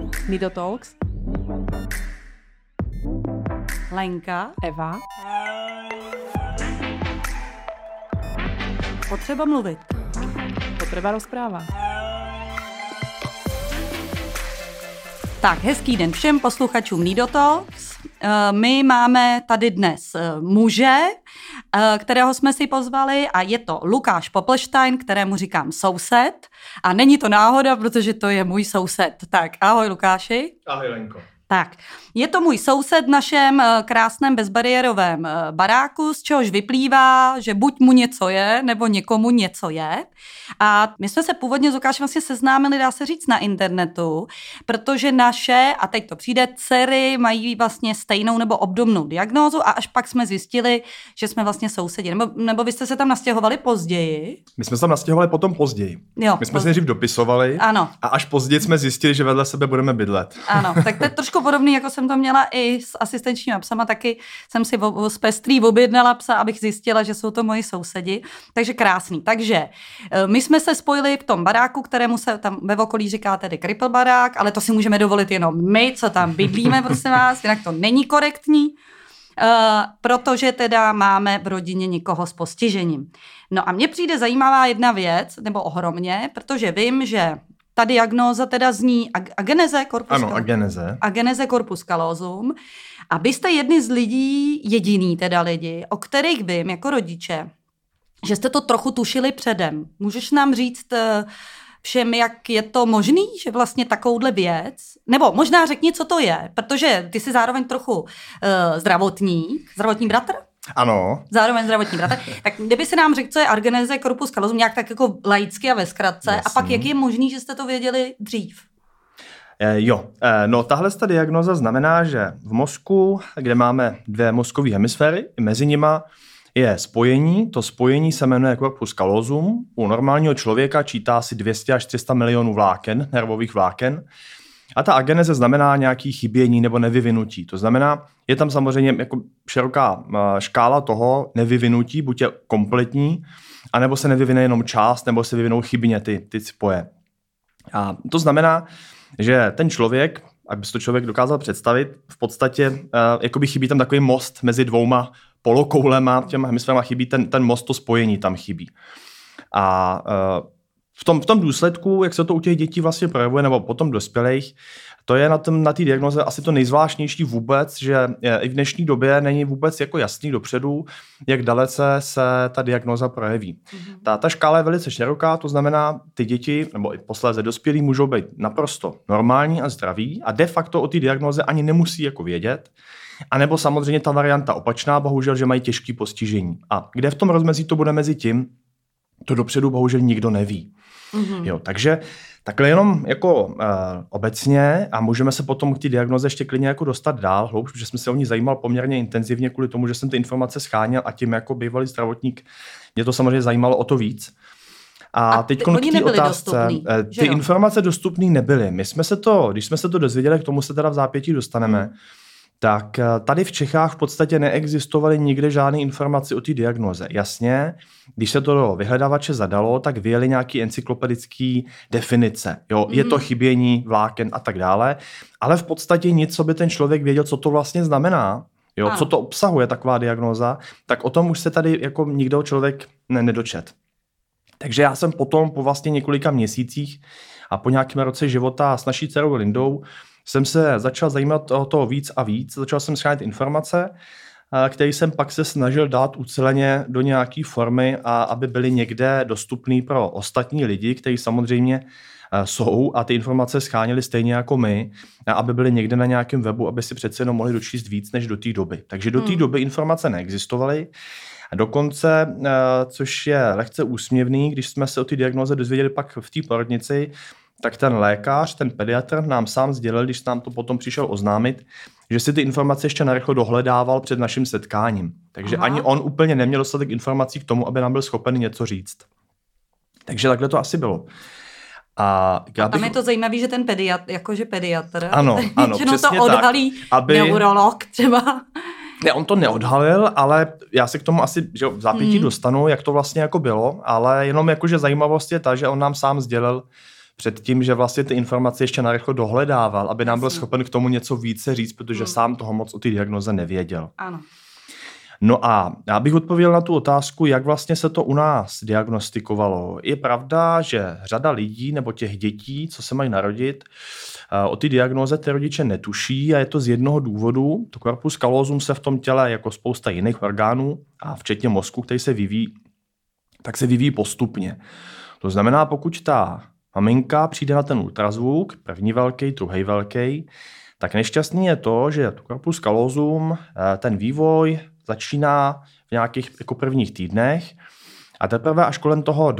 Nidotalks. Lenka. Eva. Potřeba mluvit. Potřeba rozpráva. Tak, hezký den všem posluchačům Nidotalks. My máme tady dnes muže, kterého jsme si pozvali, a je to Lukáš Popelstein, kterému říkám soused. A není to náhoda, protože to je můj soused. Tak, ahoj Lukáši. Ahoj Lenko. Tak, je to můj soused v našem krásném bezbariérovém baráku, z čehož vyplývá, že buď mu něco je, nebo někomu něco je. A my jsme se původně s Lukášem vlastně seznámili, dá se říct, na internetu, protože naše, a teď to přijde, dcery mají vlastně stejnou nebo obdobnou diagnózu, a až pak jsme zjistili, že jsme vlastně sousedi. Nebo vy jste se tam nastěhovali později? My jsme se tam nastěhovali potom později. Jo, my jsme se nejdřív dopisovali, ano. A až později jsme zjistili, že vedle sebe budeme bydlet. Ano, tak to je trošku podobný, jako jsem to měla i s asistenčníma psama, taky jsem si z Pestrý objednala psa, abych zjistila, že jsou to moji sousedi. Takže krásný. Takže my jsme se spojili v tom baráku, kterému se tam ve okolí říká tedy Kripl barák, ale to si můžeme dovolit jenom my, co tam bydlíme, prosím vás, jinak to není korektní, protože teda máme v rodině někoho s postižením. No a mně přijde zajímavá jedna věc, nebo ohromně, protože vím, že ta diagnóza teda zní ageneze corpus callosum. Ano, ageneze. Ageneze corpus callosum. A vy jste jediný teda lidi, o kterých vím jako rodiče, že jste to trochu tušili předem. Můžeš nám říct všem, jak je to možný, že vlastně takovouhle věc, nebo možná řekni, co to je, protože ty jsi zároveň trochu zdravotní bratr? Ano. Zároveň zdravotní bratr. Tak kdyby si nám řekl, co je ageneze corpus callosum, nějak tak jako laicky a ve zkratce, Jasný. a pak jak je možný, že jste to věděli dřív? No tahle diagnóza znamená, že v mozku, kde máme dvě mozkové hemisféry, mezi nima je spojení, to spojení se jmenuje corpus callosum, u normálního člověka čítá asi 200 až 300 milionů vláken, nervových vláken, a ta ageneze znamená nějaké chybění nebo nevyvinutí. To znamená, je tam samozřejmě jako široká škála toho nevyvinutí, buď je kompletní, anebo se nevyvine jenom část, nebo se vyvinou chybně ty spoje. A to znamená, že ten člověk, aby si to člověk dokázal představit, v podstatě jakoby chybí tam takový most mezi dvouma polokoulema, těma hemisférama chybí ten most, to spojení tam chybí. A v tom důsledku, jak se to u těch dětí vlastně projevuje, nebo potom dospělých, to je na té diagnoze asi to nejzvláštnější vůbec, že i v dnešní době není vůbec jako jasný dopředu, jak dalece se ta diagnoza projeví. Mm-hmm. Ta škála je velice široká, to znamená, ty děti, nebo i posléze dospělí, můžou být naprosto normální a zdraví a de facto o té diagnoze ani nemusí jako vědět. A nebo samozřejmě ta varianta opačná, bohužel, že mají těžké postižení. A kde v tom rozmezí to bude mezi tím, to dopředu bohužel nikdo neví. Mm-hmm. Jo, takže takhle jenom jako obecně, a můžeme se potom k té diagnoze ještě klidně jako dostat dál hloubš, protože jsem se o ní zajímal poměrně intenzivně kvůli tomu, že jsem ty informace scháněl a tím jako bývalý zdravotník mě to samozřejmě zajímalo o to víc. A teď k té otázce, ty informace dostupné nebyly. Když jsme se to dozvěděli, k tomu se teda v zápětí dostaneme, tak tady v Čechách v podstatě neexistovaly nikde žádné informace o té diagnoze. Jasně, když se to do vyhledávače zadalo, tak vyjeli nějaké encyklopedické definice. Jo, je to chybění vláken a tak dále, ale v podstatě nic, co by ten člověk věděl, co to vlastně znamená, jo, co to obsahuje taková diagnóza, tak o tom už se tady jako nikdo člověk nedočet. Takže já jsem potom po vlastně několika měsících a po nějakém roce života s naší dcerou Lindou jsem se začal zajímat o to víc a víc. Začal jsem schánět informace, které jsem pak se snažil dát uceleně do nějaké formy, a aby byly někde dostupné pro ostatní lidi, kteří samozřejmě jsou a ty informace scháněli stejně jako my, a aby byly někde na nějakém webu, aby si přece jenom mohli dočíst víc než do té doby. Takže do té doby informace neexistovaly. A dokonce, což je lehce úsměvný, když jsme se o té diagnoze dozvěděli pak v té porodnici, tak ten lékař, ten pediatr nám sám sdělil, když nám to potom přišel oznámit, že si ty informace ještě narychlo dohledával před naším setkáním. Takže ani on úplně neměl dostatek informací k tomu, aby nám byl schopen něco říct. Takže takhle to asi bylo. A tam je to zajímavé, že ten pediatr, ano, přesně to odhalí tak, neurolog třeba. Ne, on to neodhalil, ale já se k tomu asi v zápětí dostanu, jak to vlastně jako bylo, ale jenom jakože zajímavost je ta, že on nám sám sdělil před tím, že vlastně ty informace ještě narychlo dohledával, aby nám byl schopen k tomu něco více říct, protože sám toho moc o té diagnoze nevěděl. Ano. No a já bych odpověděl na tu otázku, jak vlastně se to u nás diagnostikovalo. Je pravda, že řada lidí nebo těch dětí, co se mají narodit, o ty diagnóze ty rodiče netuší a je to z jednoho důvodu. To corpus callosum se v tom těle jako spousta jiných orgánů a včetně mozku, který se vyvíjí, tak se vyvíjí postupně. To znamená, pokud ta maminka přijde na ten ultrazvuk, první velký, druhý velký, tak nešťastný je to, že to corpus callosum, ten vývoj začíná v nějakých jako prvních týdnech a teprve až kolem toho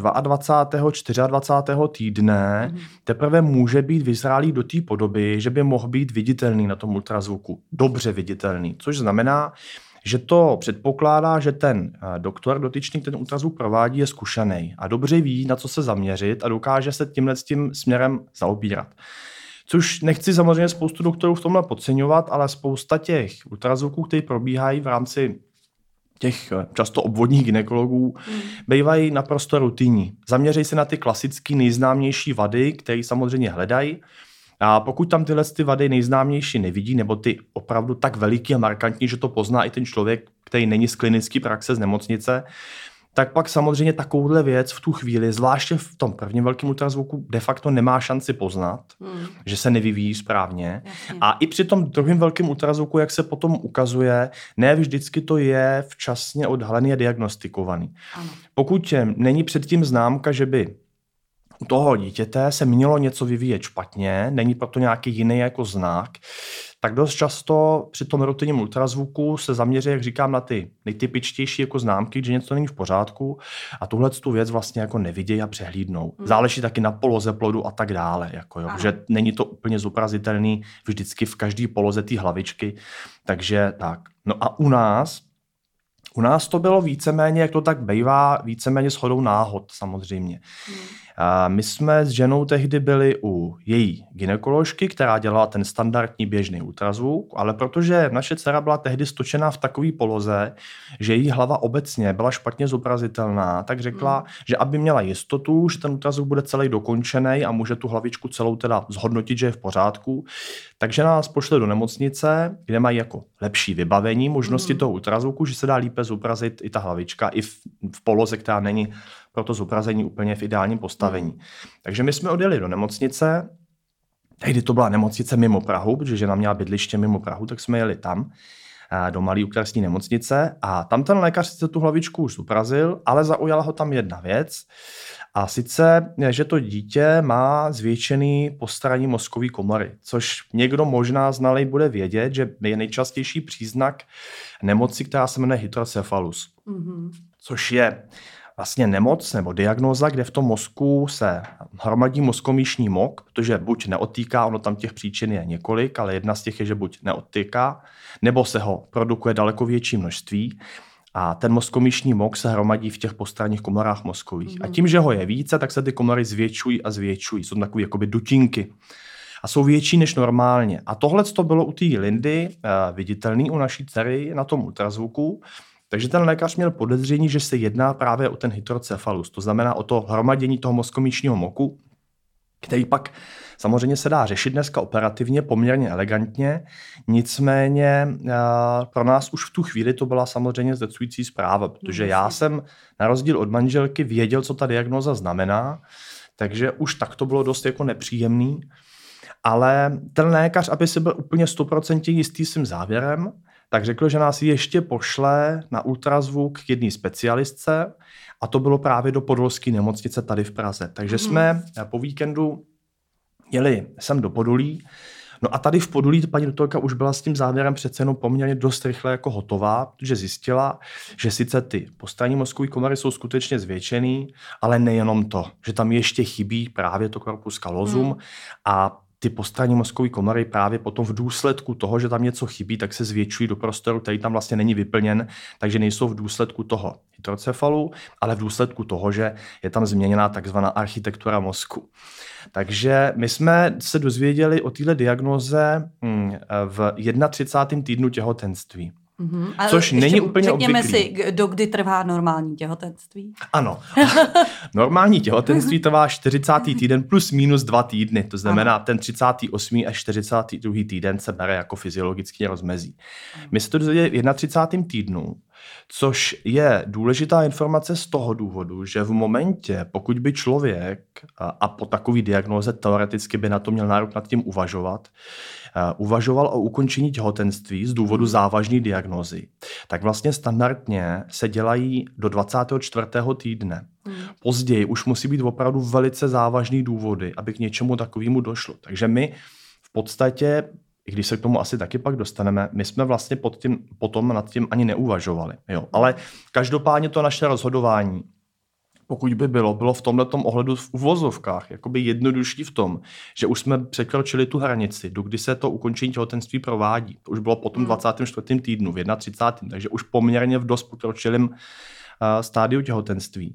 22. 24. týdne teprve může být vyzrálý do té podoby, že by mohl být viditelný na tom ultrazvuku. Dobře viditelný, což znamená, že to předpokládá, že ten doktor dotyčný ten ultrazvuk provádí je zkušený a dobře ví, na co se zaměřit a dokáže se tím směrem zaobírat. Což nechci samozřejmě spoustu doktorů v tomhle podceňovat, ale spousta těch ultrazvuků, které probíhají v rámci těch často obvodních gynekologů, bývají naprosto rutinní. Zaměří se na ty klasické nejznámější vady, které samozřejmě hledají. A pokud tam tyhle vady nejznámější nevidí, nebo ty opravdu tak veliký a markantní, že to pozná i ten člověk, který není z klinické praxe z nemocnice, tak pak samozřejmě takovouhle věc v tu chvíli, zvláště v tom prvním velkém ultrazvuku, de facto nemá šanci poznat, že se nevyvíjí správně. Jasně. A i při tom druhém velkém ultrazvuku, jak se potom ukazuje, ne vždycky to je včasně odhalený a diagnostikovaný. Ano. Pokud není předtím známka, že by u toho dítěte se mělo něco vyvíjet špatně, není proto nějaký jiný jako znak, tak dost často při tom rutinním ultrazvuku se zaměří, jak říkám, na ty nejtypičtější jako známky, že něco není v pořádku a tuhle tu věc vlastně jako nevidějí a přehlídnou. Záleží taky na poloze plodu a tak dále, jako že není to úplně zobrazitelný vždycky v každé poloze té hlavičky, takže tak. No a u nás to bylo víceméně, jak to tak bývá, víceméně shodou náhod samozřejmě. A my jsme s ženou tehdy byli u její gynekoložky, která dělala ten standardní běžný ultrazvuk, ale protože naše dcera byla tehdy stočená v takové poloze, že její hlava obecně byla špatně zobrazitelná, tak řekla, že aby měla jistotu, že ten ultrazvuk bude celý dokončený a může tu hlavičku celou teda zhodnotit, že je v pořádku, takže nás pošle do nemocnice, kde mají jako lepší vybavení možnosti toho ultrazvuku, že se dá lépe zobrazit i ta hlavička i v poloze, která není pro to zobrazení úplně v ideálním postavení. Takže my jsme odjeli do nemocnice, tehdy to byla nemocnice mimo Prahu, protože žena měla bydliště mimo Prahu, tak jsme jeli tam do malé okresní nemocnice a tam ten lékař sice tu hlavičku už zobrazil, ale zaujala ho tam jedna věc a sice, že to dítě má zvětšený postranní mozkové komory, což někdo možná znalý bude vědět, že je nejčastější příznak nemoci, která se jmenuje hydrocephalus, což je vlastně nemoc nebo diagnóza, kde v tom mozku se hromadí mozkomíšní mok, protože buď neodtýká, ono tam těch příčin je několik, ale jedna z těch je, že buď neodtýká, nebo se ho produkuje daleko větší množství a ten mozkomíšní mok se hromadí v těch postranních komorách mozkových. A tím, že ho je více, tak se ty komory zvětšují a zvětšují. Jsou takové jakoby dutinky a jsou větší než normálně. A tohle to bylo u té Lindy viditelný u naší dcery na tom ultrazvuku. Takže ten lékař měl podezření, že se jedná právě o ten hydrocephalus, to znamená o to hromadění toho mozkomíšního moku, který pak samozřejmě se dá řešit dneska operativně, poměrně elegantně, nicméně pro nás už v tu chvíli to byla samozřejmě zdecující zpráva, protože já jsem na rozdíl od manželky věděl, co ta diagnóza znamená, takže už tak to bylo dost jako nepříjemný, ale ten lékař, aby si byl úplně 100% jistý svým závěrem, tak řekl, že nás ještě pošle na ultrazvuk k jedné specialistce a to bylo právě do Podolské nemocnice tady v Praze. Takže jsme po víkendu jeli sem do Podolí. No a tady v Podolí paní doktorka už byla s tím závěrem přece jenom poměrně dost rychle jako hotová, protože zjistila, že sice ty postranní mozkové komory jsou skutečně zvětšený, ale nejenom to, že tam ještě chybí právě to corpus callosum a ty postranní mozkové komory právě potom v důsledku toho, že tam něco chybí, tak se zvětšují do prostoru, který tam vlastně není vyplněn, takže nejsou v důsledku toho hydrocefalu, ale v důsledku toho, že je tam změněná takzvaná architektura mozku. Takže my jsme se dozvěděli o téhle diagnóze v 31. týdnu těhotenství. Což není úplně řekněme obvyklý. si, dokdy trvá normální těhotenství? Ano. Normální těhotenství trvá 40. týden plus minus 2 týdny. To znamená, ten 38. až 42. týden se bere jako fyziologický rozmezí. My se to dozvěděli v 31. týdnu, což je důležitá informace z toho důvodu, že v momentě, pokud by člověk a po takové diagnóze teoreticky by na to měl nárok nad tím uvažoval o ukončení těhotenství z důvodu závažné diagnózy, tak vlastně standardně se dělají do 24. týdne. Později už musí být opravdu velice závažný důvody, aby k něčemu takovému došlo. Takže my v podstatě, i když se k tomu asi taky pak dostaneme, my jsme vlastně potom nad tím ani neuvažovali. Jo. Ale každopádně to naše rozhodování, pokud by bylo v tomhletom ohledu v uvozovkách jakoby jednodušší v tom, že už jsme překročili tu hranici, kdy se to ukončení těhotenství provádí. To už bylo po tom 24. týdnu, v 31. Takže už poměrně v dost pokročilém stádiu těhotenství.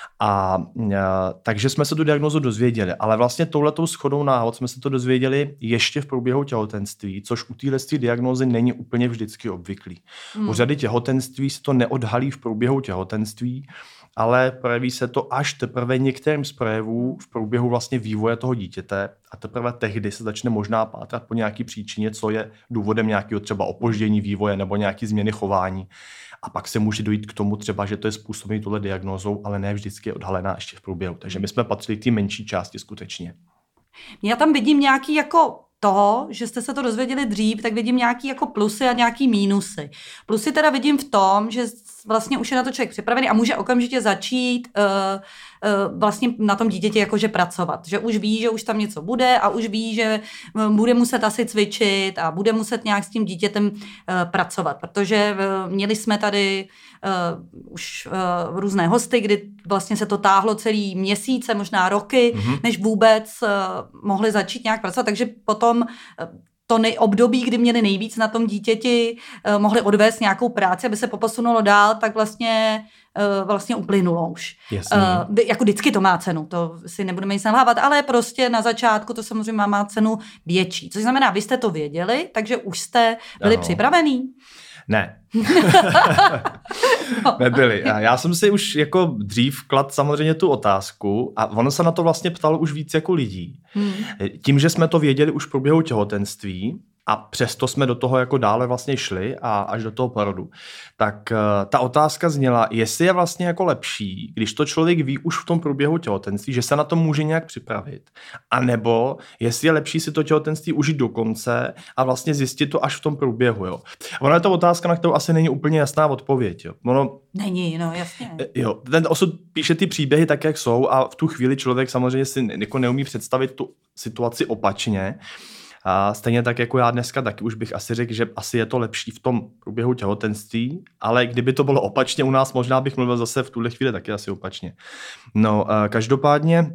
Takže jsme se tu diagnózu dozvěděli, ale vlastně touhletou shodou náhod jsme se to dozvěděli ještě v průběhu těhotenství, což u téhle diagnózy není úplně vždycky obvyklý. U řady těhotenství se to neodhalí v průběhu těhotenství, ale projeví se to až teprve některým z projevů v průběhu vlastně vývoje toho dítěte a teprve tehdy se začne možná pátrat po nějaký příčině, co je důvodem nějakého třeba opoždění vývoje nebo nějaký změny chování. A pak se může dojít k tomu třeba, že to je způsobené tuhle diagnózou, ale ne vždycky je odhalená ještě v průběhu. Takže my jsme patřili k té menší části skutečně. Já tam vidím nějaký jako toho, že jste se to dozvěděli dřív, tak vidím nějaký jako plusy a nějaký mínusy. Plusy teda vidím v tom, že vlastně už je na to člověk připravený a může okamžitě začít vlastně na tom dítěti jakože pracovat. Že už ví, že už tam něco bude a už ví, že bude muset asi cvičit a bude muset nějak s tím dítětem pracovat. Protože měli jsme tady už různé hosty, kdy vlastně se to táhlo celý měsíce, možná roky, než vůbec mohli začít nějak pracovat. Takže potom to období, kdy měli nejvíc na tom dítěti, mohli odvést nějakou práci, aby se poposunulo dál, tak vlastně uplynulo už. Jako vždycky to má cenu, to si nebudeme nic nalhávat, ale prostě na začátku to samozřejmě má cenu větší. Což znamená, vy jste to věděli, takže už jste byli připravení? Ne. Nebyli. Já jsem si už jako dřív kladl samozřejmě tu otázku a ono se na to vlastně ptalo už víc jako lidí. Tím, že jsme to věděli už v průběhu těhotenství a přesto jsme do toho jako dále vlastně šli a až do toho porodu, tak ta otázka zněla, jestli je vlastně jako lepší, když to člověk ví už v tom průběhu těhotenství, že se na to může nějak připravit, anebo jestli je lepší si to těhotenství užít do konce a vlastně zjistit to až v tom průběhu. Jo. Ono je to otázka, na kterou asi není úplně jasná odpověď. Jo. Není, no jasně. Jo, ten osud píše ty příběhy tak, jak jsou a v tu chvíli člověk samozřejmě si jako neumí představit tu situaci opačně. A stejně tak jako já dneska taky už bych asi řekl, že asi je to lepší v tom průběhu těhotenství, ale kdyby to bylo opačně u nás, možná bych mluvil zase v tuhle chvíli taky asi opačně. No, každopádně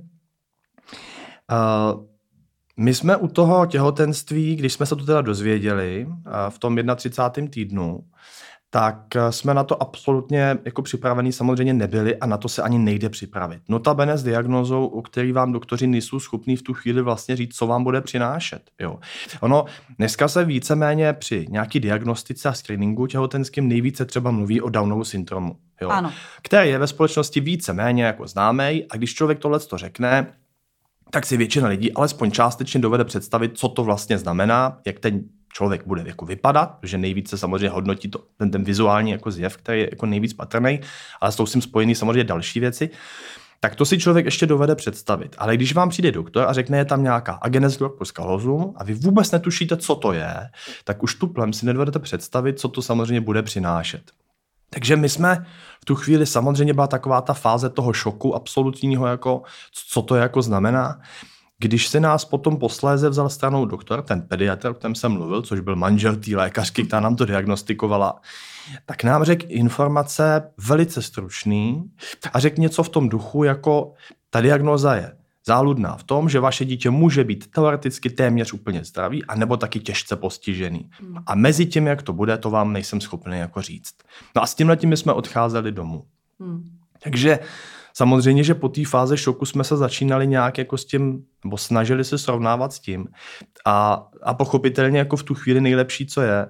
my jsme u toho těhotenství, když jsme se to teda dozvěděli v tom 31. týdnu, tak jsme na to absolutně jako připravení samozřejmě nebyli a na to se ani nejde připravit. Notabene s diagnózou, o který vám doktoři nejsou schopní v tu chvíli vlastně říct, co vám bude přinášet. Jo. Ono dneska se víceméně při nějaký diagnostice a screeningu těhotenským nejvíce třeba mluví o Downovu syndromu, jo. Ano. Který je ve společnosti víceméně jako známej a když člověk tohle to řekne, tak si většina lidí alespoň částečně dovede představit, co to vlastně znamená, jak ten člověk bude jako vypadat, protože nejvíce samozřejmě hodnotí to, ten vizuální jako zjev, který je jako nejvíc patrný, ale s tou tím spojený samozřejmě další věci. Tak to si člověk ještě dovede představit. Ale když vám přijde doktor a řekne, je tam nějaká agenes corpus callosum a vy vůbec netušíte, co to je, tak už tuplem si nedovedete představit, co to samozřejmě bude přinášet. Takže my jsme v tu chvíli samozřejmě byla taková ta fáze toho šoku absolutního, jako, co to jako znamená. Když se nás potom posléze vzal stranou doktor, ten pediatr, o kterém jsem mluvil, což byl manžel té lékařky, která nám to diagnostikovala, tak nám řekl informace velice stručný a řekl něco v tom duchu, jako ta diagnóza je záludná v tom, že vaše dítě může být teoreticky téměř úplně zdravý, anebo taky těžce postižený. A mezi tím, jak to bude, to vám nejsem schopný jako říct. No a s tímhletím jsme odcházeli domů. Takže samozřejmě, že po té fáze šoku jsme se začínali nějak jako s tím, nebo snažili se srovnávat s tím. A pochopitelně jako v tu chvíli nejlepší, co je,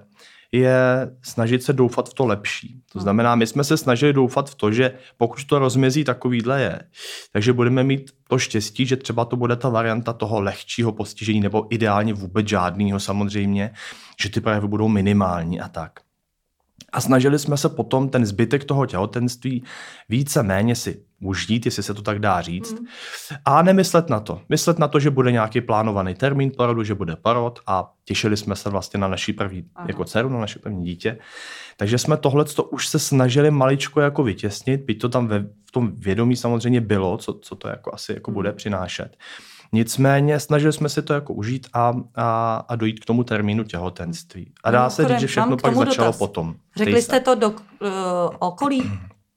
je snažit se doufat v to lepší. To znamená, my jsme se snažili doufat v to, že pokud to rozmezí takovýhle je, takže budeme mít to štěstí, že třeba to bude ta varianta toho lehčího postižení nebo ideálně vůbec žádného samozřejmě, že ty projevy budou minimální a tak. A snažili jsme se potom ten zbytek toho těhotenství více-méně si užít, jestli se to tak dá říct, a nemyslet na to. Myslet na to, že bude nějaký plánovaný termín porodu, že bude porod a těšili jsme se vlastně na naší první jako dceru, na naše první dítě. Takže jsme tohleto už se snažili maličko jako vytěsnit, byť to tam v tom vědomí samozřejmě bylo, co to jako asi jako bude přinášet. Nicméně snažili jsme si to jako užít a dojít k tomu termínu těhotenství. A dá se říct, že všechno pak začalo potom. Řekli jste to do okolí?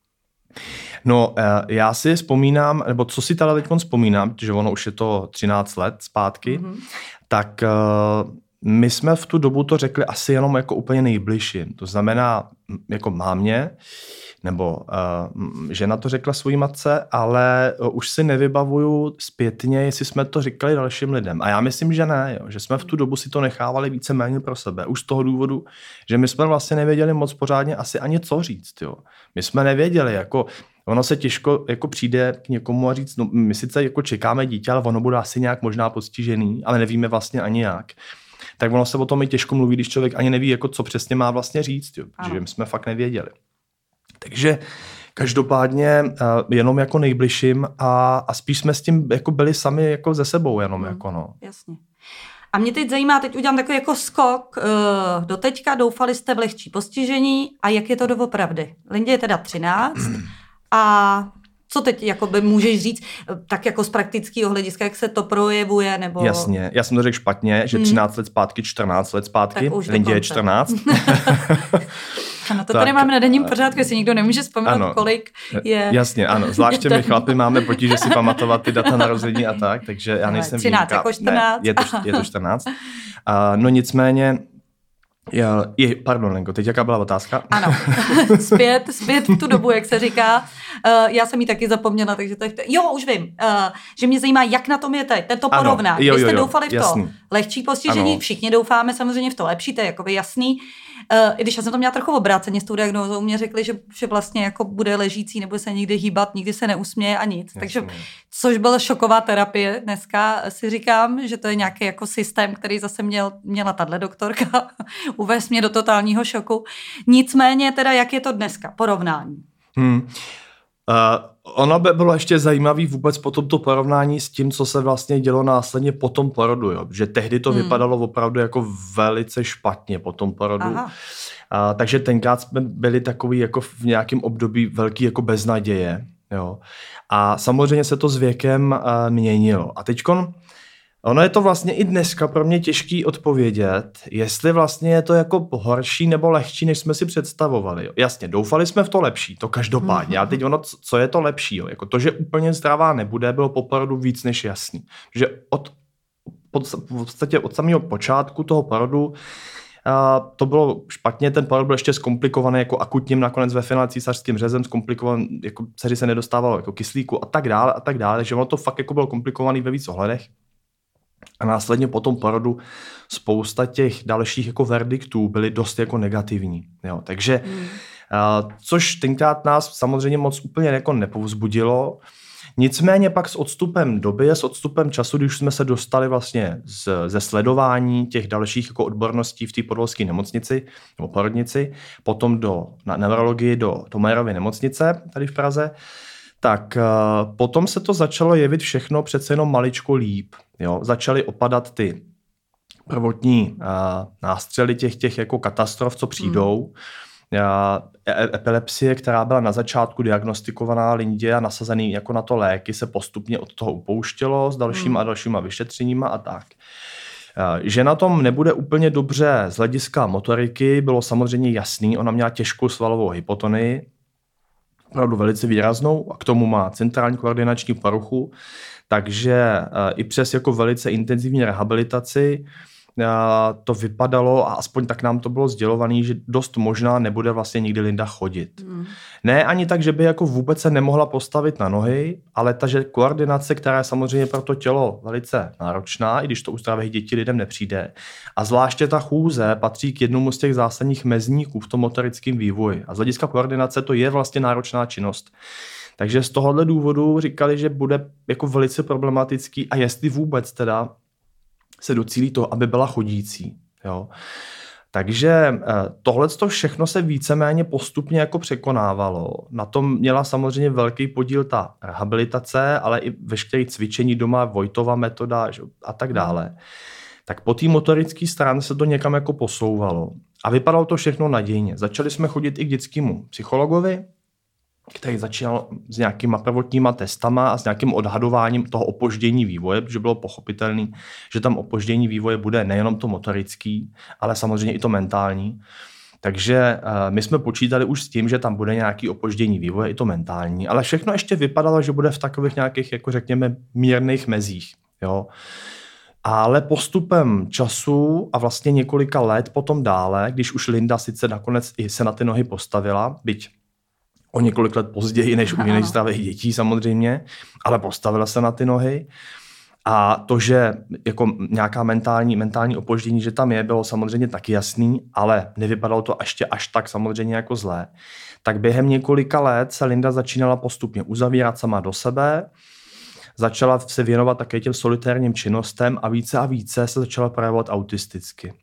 No, já si vzpomínám, nebo co si teda teď vzpomínám, že ono už je to 13 let zpátky, tak my jsme v tu dobu to řekli asi jenom jako úplně nejbližším. To znamená, jako mámě, nebo žena to řekla svojí matce, ale už si nevybavuju zpětně, jestli jsme to říkali dalším lidem. A já myslím, že ne, jo, že jsme v tu dobu si to nechávali víceméně pro sebe. Už z toho důvodu, že my jsme vlastně nevěděli moc pořádně asi ani co říct. Jo. My jsme nevěděli, jako ono se těžko jako přijde k někomu a říct, no my sice jako čekáme dítě, ale ono bude asi nějak možná postižený, ale nevíme vlastně ani jak. Tak ono se o tom i těžko mluví, když člověk ani neví, jako co přesně má vlastně říct, jo, protože my jsme fakt nevěděli. Takže každopádně jenom jako nejbližším a spíš jsme s tím jako byli sami jako ze sebou jenom jako no. Jasně. A mě teď zajímá, teď udělám takový jako skok do teďka, doufali jste v lehčí postižení a jak je to doopravdy? Lindě je teda 13 a co teď jakoby můžeš říct, tak jako z praktického hlediska, jak se to projevuje? Nebo... Jasně, já jsem to řekl špatně, že 13 let zpátky, 14 let zpátky, Lindě je 14. Ano, to tady máme na denním pořádku, jestli nikdo nemůže vzpomínat, kolik je. Jasně, ano, zvláště my chlapi máme potíže si pamatovat ty data narození a tak, takže já nejsem 13 jako 14. Ne, je to 14. No nicméně, pardon, Lenko, teď jaká byla otázka? Ano, zpět v tu dobu, jak se říká. Já jsem ji taky zapomněla, takže to je... Jo, už vím, že mě zajímá, jak na tom je teď, tento porovná. Vy jste doufali v to lehčí postižení, ano. Všichni doufáme samozřejmě v to lepší, to je jakoby jasný. I když já jsem to měla trochu obráceně s tou diagnózou, mě řekli, že vlastně jako bude ležící, nebude se nikdy hýbat, nikdy se neusměje a nic. Jasně. Takže, což byla šoková terapie. Dneska si říkám, že to je nějaký jako systém, který zase měla tahle doktorka uvést mě do totálního šoku. Nicméně teda, jak je to dneska? Porovnání. Ono by bylo ještě zajímavý vůbec po tomto porovnání s tím, co se vlastně dělo následně po tom porodu, jo? Že tehdy to vypadalo opravdu jako velice špatně po tom porodu. Takže tenkrát jsme byli takový jako v nějakém období velký jako beznaděje. Jo? A samozřejmě se to s věkem měnilo. A teďkon ono je to vlastně i dneska pro mě těžký odpovědět, jestli vlastně je to jako horší nebo lehčí, než jsme si představovali. Jo. Jasně, doufali jsme v to lepší, to každopádně. A teď ono, co je to lepší? Jo. Jako to, že úplně zdravá nebude, bylo po porodu víc než jasný. Že v podstatě od samého počátku toho porodu to bylo špatně, ten porod byl ještě zkomplikovaný jako akutním, nakonec ve finále císařským řezem zkomplikovaný, jako dceři se nedostávalo jako kyslíku a tak dále, takže ono to fakt jako bylo komplikovaný ve víc ohledech. A následně po tom porodu spousta těch dalších jako verdiktů byly dost jako negativní. Jo. Takže, což tenkrát nás samozřejmě moc úplně jako nepovzbudilo. Nicméně pak s odstupem doby, s odstupem času, když jsme se dostali vlastně ze sledování těch dalších jako odborností v té podolské nemocnici nebo porodnici, potom na neurologii do Tomajerovy nemocnice tady v Praze, tak potom se to začalo jevit všechno přece jenom maličko líp. Jo? Začaly opadat ty prvotní nástřely těch jako katastrof, co přijdou. Epilepsie, která byla na začátku diagnostikovaná Lindě a nasazený jako na to léky, se postupně od toho upouštělo s dalšíma a dalšíma vyšetřeníma a tak. Že na tom nebude úplně dobře z hlediska motoriky, bylo samozřejmě jasný. Ona měla těžkou svalovou hypotonii, opravdu velice výraznou, a k tomu má centrální koordinační poruchu, takže i přes jako velice intenzivní rehabilitaci to vypadalo, a aspoň tak nám to bylo sdělované, že dost možná nebude vlastně nikdy Linda chodit. Ne ani tak, že by jako vůbec se nemohla postavit na nohy, ale že koordinace, která je samozřejmě pro to tělo velice náročná, i když to u zdravých dětí lidem nepřijde. A zvláště ta chůze patří k jednomu z těch zásadních mezníků v tom motorickém vývoji. A z hlediska koordinace to je vlastně náročná činnost. Takže z tohohle důvodu říkali, že bude jako velice problematický a jestli vůbec teda se docílí toho, aby byla chodící. Jo. Takže tohleto všechno se víceméně postupně jako překonávalo. Na tom měla samozřejmě velký podíl ta rehabilitace, ale i veškeré cvičení doma, Vojtova metoda a tak dále. Tak po té motorické straně se to někam jako posouvalo. A vypadalo to všechno nadějně. Začali jsme chodit i k dětskému psychologovi, který začal s nějakýma prvotníma testama a s nějakým odhadováním toho opoždění vývoje, protože bylo pochopitelné, že tam opoždění vývoje bude nejenom to motorický, ale samozřejmě i to mentální. Takže my jsme počítali už s tím, že tam bude nějaký opoždění vývoje, i to mentální, ale všechno ještě vypadalo, že bude v takových nějakých, jako řekněme, mírných mezích. Jo. Ale postupem času a vlastně několika let potom dále, když už Linda sice nakonec i se na ty nohy postavila, byť o několik let později než u jiných zdravých dětí samozřejmě, ale postavila se na ty nohy. A to, že jako nějaká mentální opoždění, že tam je, bylo samozřejmě taky jasný, ale nevypadalo to ještě až tak samozřejmě jako zlé. Tak během několika let se Linda začínala postupně uzavírat sama do sebe, začala se věnovat také těm solitérním činnostem a více se začala projevovat autisticky.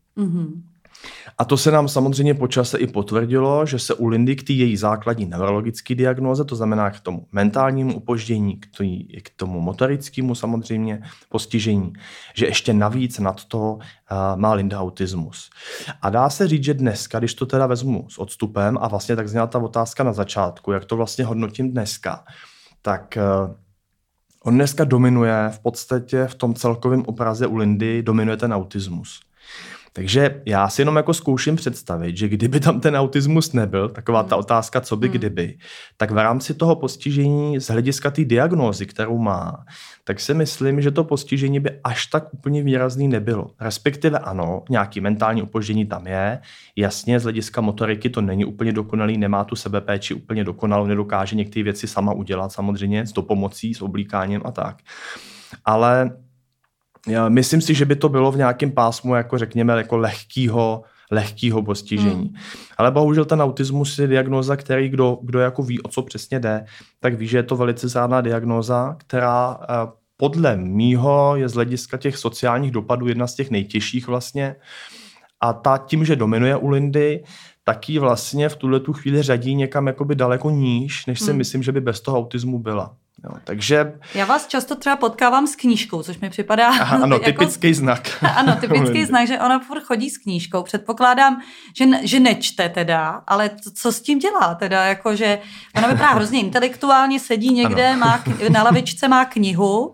A to se nám samozřejmě po čase i potvrdilo, že se u Lindy k té její základní neurologické diagnóze, to znamená k tomu mentálnímu upoždění, k tomu motorickému samozřejmě postižení, že ještě navíc nad to má Linda autismus. A dá se říct, že dneska, když to teda vezmu s odstupem a vlastně tak zněla ta otázka na začátku, jak to vlastně hodnotím dneska, tak on dneska dominuje v podstatě v tom celkovém obraze u Lindy, dominuje ten autismus. Takže já si jenom jako zkouším představit, že kdyby tam ten autismus nebyl, taková ta otázka, co by kdyby, tak v rámci toho postižení z hlediska té diagnózy, kterou má, tak si myslím, že to postižení by až tak úplně výrazný nebylo. Respektive ano, nějaký mentální opoždění tam je, jasně z hlediska motoriky to není úplně dokonalý, nemá tu sebepéči úplně dokonalou, nedokáže některé věci sama udělat samozřejmě s dopomocí, s oblíkáním a tak. Ale myslím si, že by to bylo v nějakém pásmu, jako řekněme, jako lehkýho postižení. Ale bohužel ten autismus je diagnóza, který kdo jako ví, o co přesně jde, tak ví, že je to velice zádná diagnóza, která podle mýho je z hlediska těch sociálních dopadů jedna z těch nejtěžších vlastně. A tím, že dominuje u Lindy, tak ji vlastně v tuhletu chvíli řadí někam jakoby daleko níž, než si myslím, že by bez toho autismu byla. Jo, takže... Já vás často třeba potkávám s knížkou, což mi připadá... Ano, jako... typický znak. Ano, typický znak, že ona furt chodí s knížkou. Předpokládám, že nečte teda, ale co s tím dělá teda? Jako, že ona vypadá hrozně intelektuálně, sedí někde, na lavičce má knihu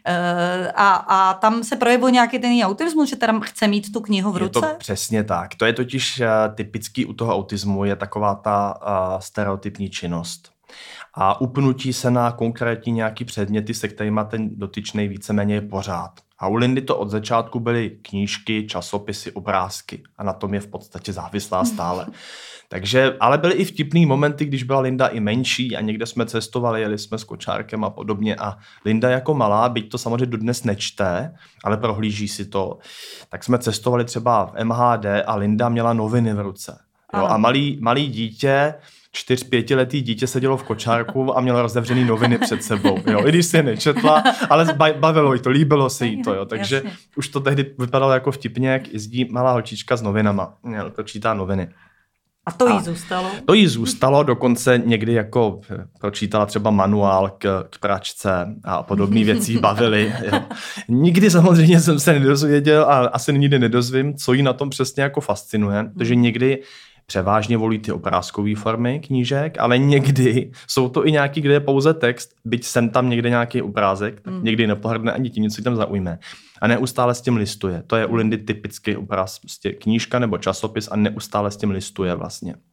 a tam se projevuje nějaký ten autismus, že teda chce mít tu knihu v ruce? Je to přesně tak. To je totiž typický u toho autismu, je taková ta stereotypní činnost. A upnutí se na konkrétní nějaký předměty, se kterýma ten dotyčnej víceméně je pořád. A u Lindy to od začátku byly knížky, časopisy, obrázky a na tom je v podstatě závislá stále. Takže, ale byly i vtipný momenty, když byla Linda i menší a někde jsme cestovali, jeli jsme s kočárkem a podobně a Linda jako malá, byť to samozřejmě dodnes nečte, ale prohlíží si to, tak jsme cestovali třeba v MHD a Linda měla noviny v ruce. Jo, a malý dítě, 4-5letý dítě sedělo v kočárku a mělo rozevřený noviny před sebou. Jo, i když si je nečetla, ale bavilo jí to, líbilo se jí to. Jo, takže jasně. Už to tehdy vypadalo jako vtipně, jak jezdí malá holčička s novinama. Pročítá noviny. A to jí zůstalo? To jí zůstalo, dokonce někdy jako pročítala třeba manuál k pračce a podobné věci bavily. Jo. Nikdy samozřejmě jsem se nedozvěděl a asi nikdy nedozvím, co jí na tom přesně jako fascinuje, protože někdy převážně volí ty obrázkové formy knížek, ale někdy jsou to i nějaký, kde je pouze text, byť sem tam někde nějaký obrázek, tak někdy nepohrdne ani tím, něco tam zaujme. A neustále s tím listuje. To je u Lindy typický obraz, prostě knížka nebo časopis a neustále s tím listuje vlastně.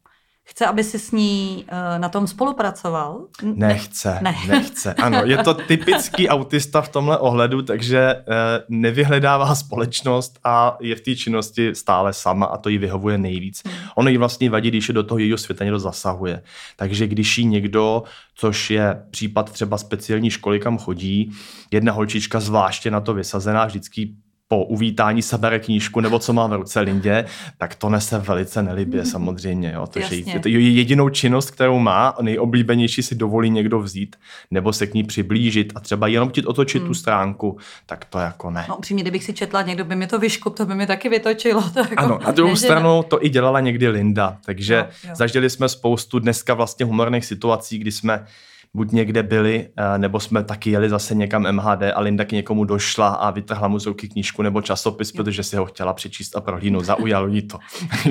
chce, aby si s ní na tom spolupracoval? Nechce. Ano, je to typický autista v tomhle ohledu, takže nevyhledává společnost a je v té činnosti stále sama a to jí vyhovuje nejvíc. Ono jí vlastně vadí, když je do toho jejího světa někdo zasahuje. Takže když jí někdo, což je případ třeba speciální školy, kam chodí, jedna holčička zvláště na to vysazená, vždycky po uvítání sebere knížku, nebo co má v ruce Lindě, tak to nese velice nelibě samozřejmě. Jo. To je jedinou činnost, kterou má, nejoblíbenější si dovolí někdo vzít, nebo se k ní přiblížit a třeba jenom chtít otočit tu stránku, tak to jako ne. No upřímně, kdybych si četla, někdo by mi to vyškup, to by mi taky vytočilo. To jako ano, na druhou stranu to i dělala někdy Linda, takže zažili jsme spoustu dneska vlastně humorných situací, kdy jsme buď někde byli, nebo jsme taky jeli zase někam MHD a Linda k někomu došla a vytrhla mu z ruky knížku nebo časopis, protože si ho chtěla přečíst a prohlídnout, zaujalo jí to.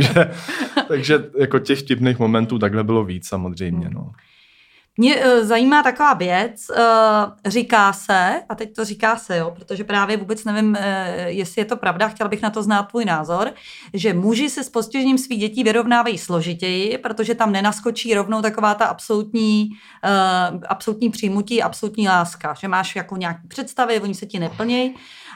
takže jako těch vtipných momentů takhle bylo víc samozřejmě. No. Mě zajímá taková věc, říká se, a teď to říká se, jo, protože právě vůbec nevím, jestli je to pravda, chtěla bych na to znát tvůj názor, že muži se s postižením svých dětí vyrovnávají složitěji, protože tam nenaskočí rovnou taková ta absolutní přijmutí, absolutní láska, že máš jako nějaký představy, oni se ti neplnějí.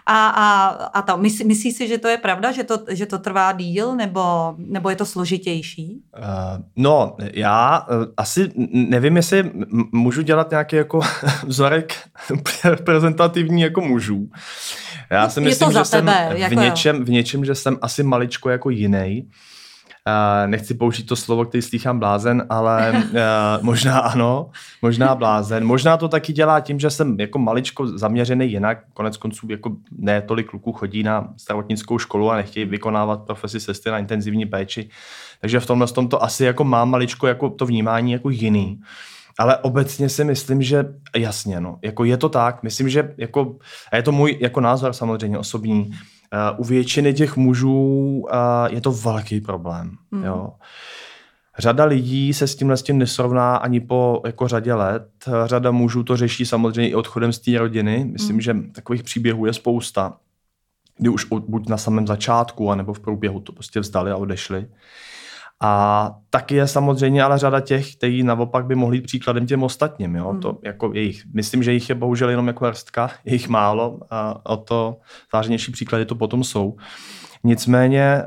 A to, myslíš si, že to je pravda, že to trvá díl, nebo je to složitější? No, já asi nevím, jestli můžu dělat nějaký jako vzorek reprezentativní jako mužů. Já si myslím, že jsem v něčem, že jsem asi maličko jako jinej. Nechci použít to slovo, který slýchám blázen, ale možná ano, možná blázen. Možná to taky dělá tím, že jsem jako maličko zaměřený jinak. Konec konců jako ne tolik kluků chodí na zdravotnickou školu a nechtějí vykonávat profesi sestry na intenzivní péči. Takže v tomhle to asi jako mám maličko jako to vnímání jako jiný. Ale obecně si myslím, že jasně, no, jako je to tak. Myslím, že jako, a je to můj jako názor samozřejmě osobní, u většiny těch mužů je to velký problém. Jo. Řada lidí se s tím nesrovná ani po jako řadě let. Řada mužů to řeší samozřejmě i odchodem z té rodiny. Myslím, že takových příběhů je spousta, kdy už buď na samém začátku, anebo v průběhu to prostě vzdali a odešli. A taky je samozřejmě ale řada těch, kteří naopak by mohli jít příkladem těm ostatním. Jo? To jako myslím, že jich je bohužel jenom jako hrstka, je jich málo a o to zářnější příklady to potom jsou. Nicméně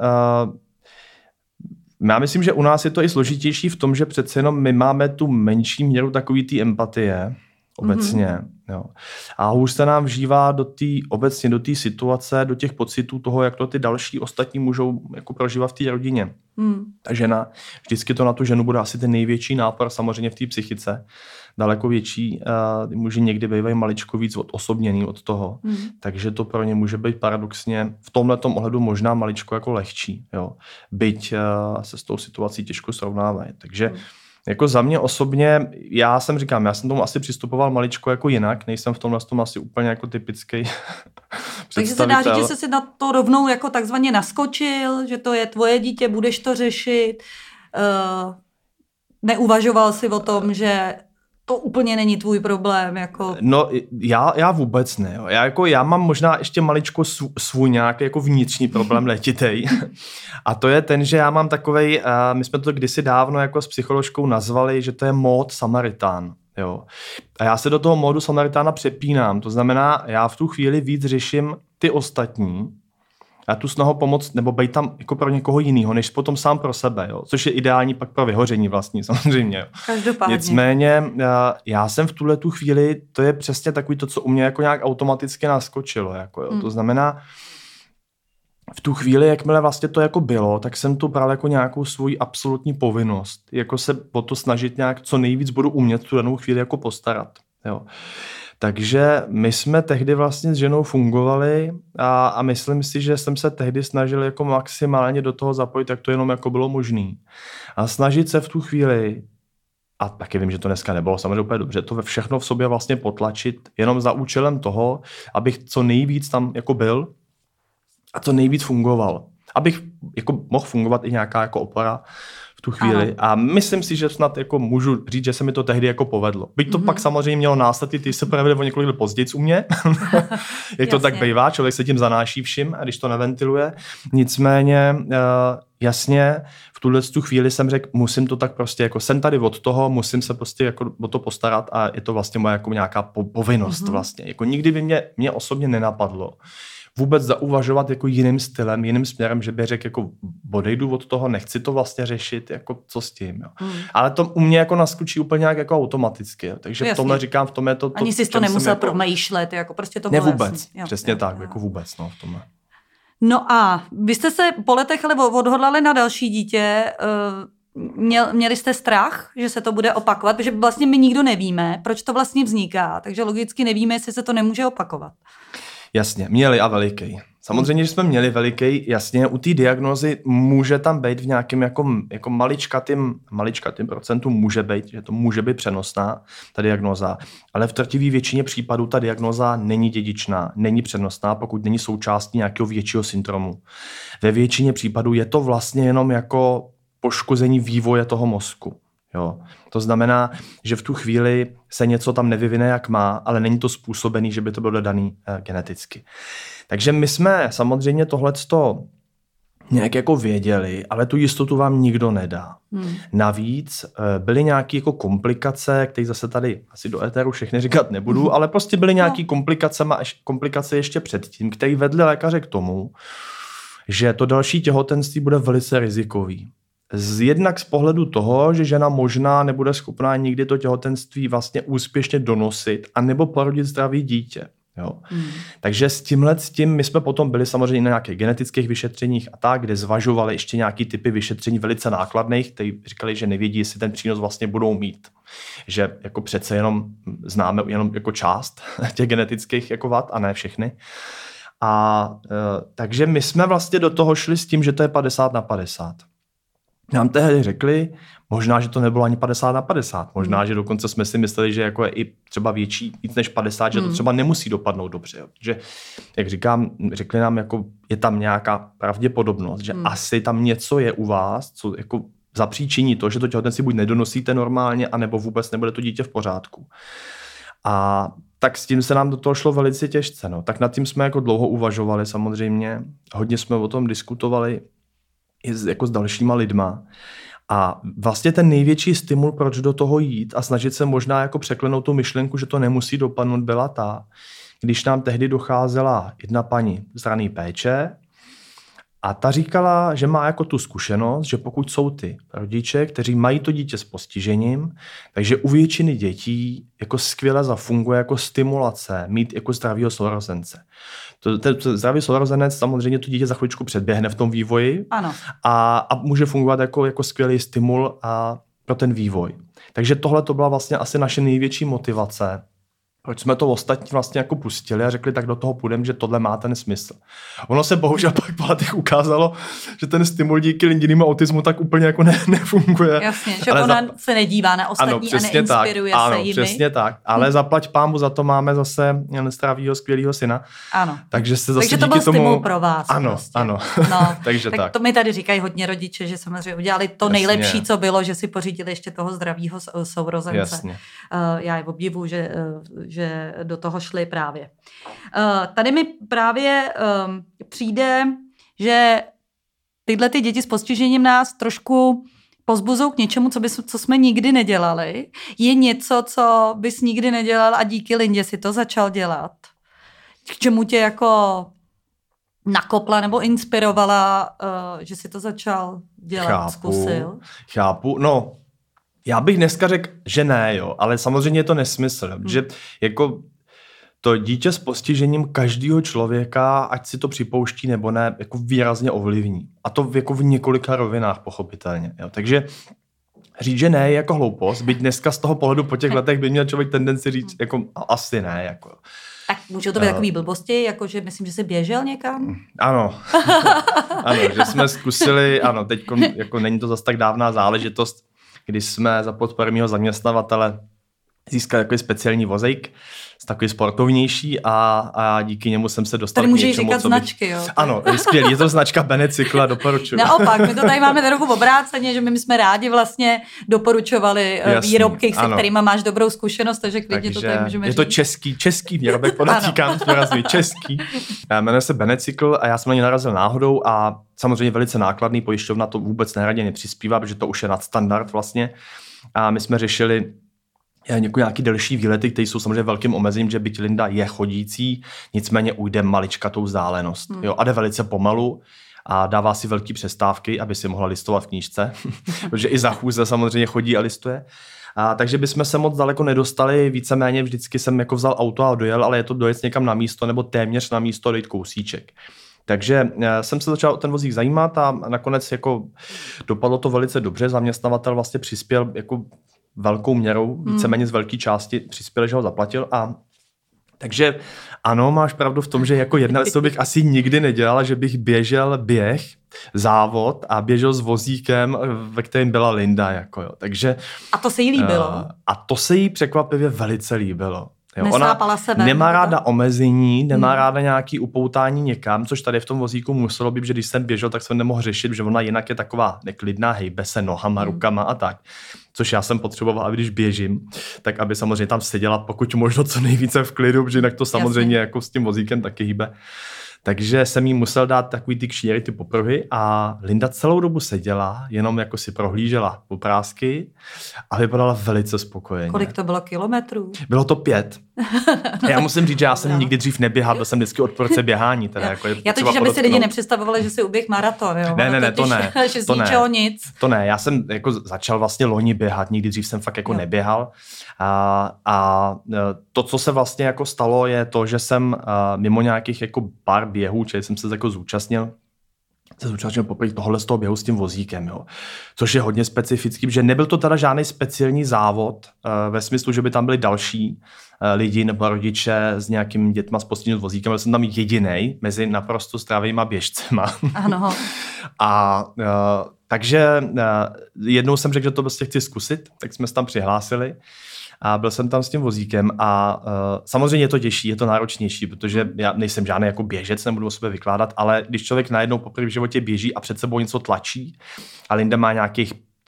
já myslím, že u nás je to i složitější v tom, že přece jenom my máme tu menší měru takový té empatie obecně. Jo. A hůř se nám vžívá obecně do té situace, do těch pocitů toho, jak to ty další ostatní můžou jako prožívat v té rodině. Ta žena, vždycky to na tu ženu bude asi ten největší nápor samozřejmě v té psychice. Daleko větší, muži někdy bývají maličko víc odosobněný od toho. Takže to pro ně může být paradoxně v tomhletom ohledu možná maličko jako lehčí. Jo. Byť se s tou situací těžko srovnávají. Takže jako za mě osobně, já jsem tomu asi přistupoval maličko jako jinak, nejsem v tomhle tom asi úplně jako typický takže se dá říct, že jsi si na to rovnou jako takzvaně naskočil, že to je tvoje dítě, budeš to řešit. Neuvažoval si o tom, že to úplně není tvůj problém. Jako... No, já vůbec ne. Jo. Já mám možná ještě maličko svůj nějaký jako vnitřní problém letitej. A to je ten, že já mám takovej, my jsme to kdysi dávno jako s psycholožkou nazvali, že to je mód Samaritán. Jo. A já se do toho módu Samaritána přepínám. To znamená, já v tu chvíli víc řeším ty ostatní a tu snahu pomoct, nebo být tam jako pro někoho jiného, než potom sám pro sebe, jo? Což je ideální pak pro vyhoření vlastní, samozřejmě. Jo? Každopádně. Nicméně já jsem v tu chvíli, to je přesně takový to, co u mě jako nějak automaticky naskočilo. Jako, jo? To znamená, v tu chvíli, jakmile vlastně to jako bylo, tak jsem to bral jako nějakou svoji absolutní povinnost. Jako se po to snažit nějak, co nejvíc budu umět tu danou chvíli jako postarat. Jo? Takže my jsme tehdy vlastně s ženou fungovali a myslím si, že jsem se tehdy snažil jako maximálně do toho zapojit, jak to jenom jako bylo možný. A snažit se v tu chvíli, a taky vím, že to dneska nebylo samozřejmě úplně dobře, to ve všechno v sobě vlastně potlačit, jenom za účelem toho, abych co nejvíc tam jako byl a co nejvíc fungoval. Abych jako mohl fungovat i nějaká jako opora tu chvíli. Ano. A myslím si, že snad jako můžu říct, že se mi to tehdy jako povedlo. Byť to pak samozřejmě mělo následky, ty se projevily o několik let později u mě. Jak to tak bývá, člověk se tím zanáší všim, a když to neventiluje. Nicméně jasně v tu chvíli jsem řekl, musím to tak prostě, jako jsem tady od toho, musím se prostě jako o to postarat a je to vlastně moje jako nějaká povinnost vlastně. Jako nikdy by mě osobně nenapadlo vůbec zauvažovat jako jiným stylem, jiným směrem, že bych řekl, jako odejdu od toho, nechci to vlastně řešit, jako co s tím. Jo. Ale to u mě jako naskočí úplně nějak jako automaticky. Jo. Takže v tomhle říkám, v tom je to... Ani jsi to nemusel jako promýšlet, jako prostě to bylo vůbec, přesně tak, jako vůbec, no, v tomhle. No a vy jste se po letech ale odhodlali na další dítě. Měli jste strach, že se to bude opakovat, protože vlastně my nikdo nevíme, proč to vlastně vzniká, takže logicky nevíme, jestli se to nemůže opakovat. Jasně, měli a veliký. Samozřejmě, že jsme měli veliký, jasně, u té diagnózy může tam být v nějakém jako maličkatým procentu může být, že to může být přenosná, ta diagnóza, ale v drtivé většině případů ta diagnóza není dědičná, není přenosná, pokud není součástí nějakého většího syndromu. Ve většině případů je to vlastně jenom jako poškození vývoje toho mozku. Jo. To znamená, že v tu chvíli se něco tam nevyvine, jak má, ale není to způsobený, že by to bylo daný geneticky. Takže my jsme samozřejmě tohleto nějak jako věděli, ale tu jistotu vám nikdo nedá. Navíc byly nějaké jako komplikace, které zase tady asi do éteru všechny říkat nebudu, ale prostě byly nějaké komplikace ještě předtím, které vedly lékaře k tomu, že to další těhotenství bude velice rizikový. Jednak z pohledu toho, že žena možná nebude schopná nikdy to těhotenství vlastně úspěšně donosit a nebo porodit zdravý dítě. Jo. Takže s tím my jsme potom byli samozřejmě na nějakých genetických vyšetřeních a tak, kde zvažovali ještě nějaký typy vyšetření velice nákladných, kteří říkali, že nevědí, jestli ten přínos vlastně budou mít. Že jako přece jenom známe jenom jako část těch genetických jako vad a ne všechny. Takže my jsme vlastně do toho šli s tím, že to je 50/50. Nám tehdy řekli, možná, že to nebylo ani 50/50. Možná, že dokonce jsme si mysleli, že jako je i třeba větší, víc než 50, že to třeba nemusí dopadnout dobře. Jo. Že, jak říkám, řekli nám, jako je tam nějaká pravděpodobnost, že asi tam něco je u vás, co jako zapříčiní to, že to těhotenství buď nedonosíte normálně, anebo vůbec nebude to dítě v pořádku. A tak s tím se nám do toho šlo velice těžce. No. Tak nad tím jsme jako dlouho uvažovali samozřejmě. Hodně jsme o tom diskutovali jako s dalšíma lidma. A vlastně ten největší stimul, proč do toho jít a snažit se možná jako překlenout tu myšlenku, že to nemusí dopadnout, byla ta, když nám tehdy docházela jedna paní z rané péče a ta říkala, že má jako tu zkušenost, že pokud jsou ty rodiče, kteří mají to dítě s postižením, takže u většiny dětí jako skvěle zafunguje jako stimulace mít jako zdravýho sourozence. Ten zdravý sourozenec samozřejmě to dítě za chvíličku předběhne v tom vývoji. Ano. A může fungovat jako skvělý stimul pro ten vývoj. Takže tohle to byla vlastně asi naše největší motivace. Proč jsme to ostatní vlastně jako pustili a řekli, tak do toho půjdeme, že tohle má ten smysl. Ono se bohužel pak po letech ukázalo, že ten stimul díky Lindinému autismu tak úplně jako nefunguje. Jasně, že ona se nedívá na ostatní a neinspiruje se jimi. Ano, přesně tak. Ale zaplať pámu, za to máme zase zdravýho, skvělýho syna. Ano. Takže se zase to díky byl tomu... stimul pro vás. Ano, prostě. Ano. No, takže tak. To mi tady říkají hodně rodiče, že samozřejmě udělali to nejlepší, co bylo, že si pořídili ještě toho zdravýho sourozence. Jasně. Já je obdivuju, že do toho šli právě. Tady mi právě přijde, že tyhle ty děti s postižením nás trošku pozbuzují k něčemu, co jsme nikdy nedělali. Je něco, co bys nikdy nedělal a díky Lindě si to začal dělat. K čemu tě jako nakopla nebo inspirovala, že si to začal dělat, zkusil? Chápu, no já bych dneska řekl, že ne, jo, ale samozřejmě je to nesmysl, že jako to dítě s postižením každého člověka, ať si to připouští nebo ne, jako výrazně ovlivní. A to jako v několika rovinách pochopitelně. Jo. Takže říct, že ne, je jako hloupost, byť dneska z toho pohledu po těch letech by měl člověk tendenci říct, jako asi ne. Jako. Tak můžou to být takový blbosti, jako že myslím, že jsi běžel někam? Ano. Ano, že jsme zkusili, ano, teď jako není to zase tak dávná záležitost, když jsme za podpory mého zaměstnavatele získal takový speciální vozejk, takový sportovnější a díky němu jsem se dostal tady k něčemu. něčemu, Tady můžeš říkat značky, jo? Ano, je skvělý, je to značka Benecykla, doporučuji. Naopak, my to tady máme trochu obráceně, že my jsme rádi vlastně doporučovali výrobky, se kterými máš dobrou zkušenost, takže klidně to tady můžeme říct. Je to český výrobek, podotýkám, český. Jmenuje se Benecykl a já jsem na ně narazil náhodou a samozřejmě velice nákladný, pojišťovna to vůbec neradě nepřispívá, protože to už je nadstandard vlastně. A my jsme řešili nějaký delší výlety, které jsou samozřejmě velkým omezením, že byť Linda je chodící, nicméně ujde maličkatou vzdálenost. Jo, a jde velice pomalu a dává si velký přestávky, aby si mohla listovat v knížce, protože i za chůze samozřejmě chodí a listuje. Takže bychom se moc daleko nedostali, víceméně vždycky jsem jako vzal auto a dojel, ale je to dojet někam na místo nebo téměř na místo, dojít kousíček. Takže jsem se začal o ten vozík zajímat a nakonec jako dopadlo to velice dobře. Zaměstnavatel vlastně přispěl jako velkou měrou, víceméně z velké části přispěl, že ho zaplatil a takže ano, máš pravdu v tom, že jako jedna věc, to bych asi nikdy nedělal, že bych běžel závod a běžel s vozíkem, ve kterém byla Linda. Jako jo. Takže, a to se jí líbilo? A to se jí překvapivě velice líbilo. Jo, ona sebe, nemá ráda omezení, nemá ráda nějaký upoutání někam, což tady v tom vozíku muselo být, že když jsem běžel, tak jsem nemohl řešit, že ona jinak je taková neklidná, hejbe se nohama, rukama a tak. Což já jsem potřeboval, aby když běžím, tak aby samozřejmě tam seděla pokud možno co nejvíce v klidu, protože jinak to samozřejmě jako s tím vozíkem taky hýbe. Takže jsem jí musel dát takový ty kšíry, ty popruhy a Linda celou dobu seděla, jenom jako si prohlížela obrázky a vypadala velice spokojeně. Kolik to bylo kilometrů? Bylo to 5. Já musím říct, že já jsem nikdy dřív neběhal, byl jsem vždycky odporce běhání. Teda, jako já totiž, aby si lidi nepředstavovali, že si uběh maraton. Jo? Ne, to ne. Že z ničeho nic. To ne, já jsem jako začal vlastně loni běhat, nikdy dřív jsem fakt jako neběhal. A to, co se vlastně jako stalo, je to, že jsem mimo nějakých jako pár běhů, čili jsem se jako zúčastnil poprvé tohle z toho běhu s tím vozíkem, jo. Což je hodně specifický, že nebyl to teda žádný speciální závod ve smyslu, že by tam byli další lidi nebo rodiče s nějakým dětma s postižením vozíkem, byl jsem tam jedinej mezi naprosto zdravýma běžcema. Ano. Takže jednou jsem řekl, že to prostě chci zkusit, tak jsme se tam přihlásili. A byl jsem tam s tím vozíkem a samozřejmě je to těžší, je to náročnější, protože já nejsem žádný jako běžec, nebudu o sebe vykládat, ale když člověk najednou poprvé v životě běží a před sebou něco tlačí a Linda má nějakých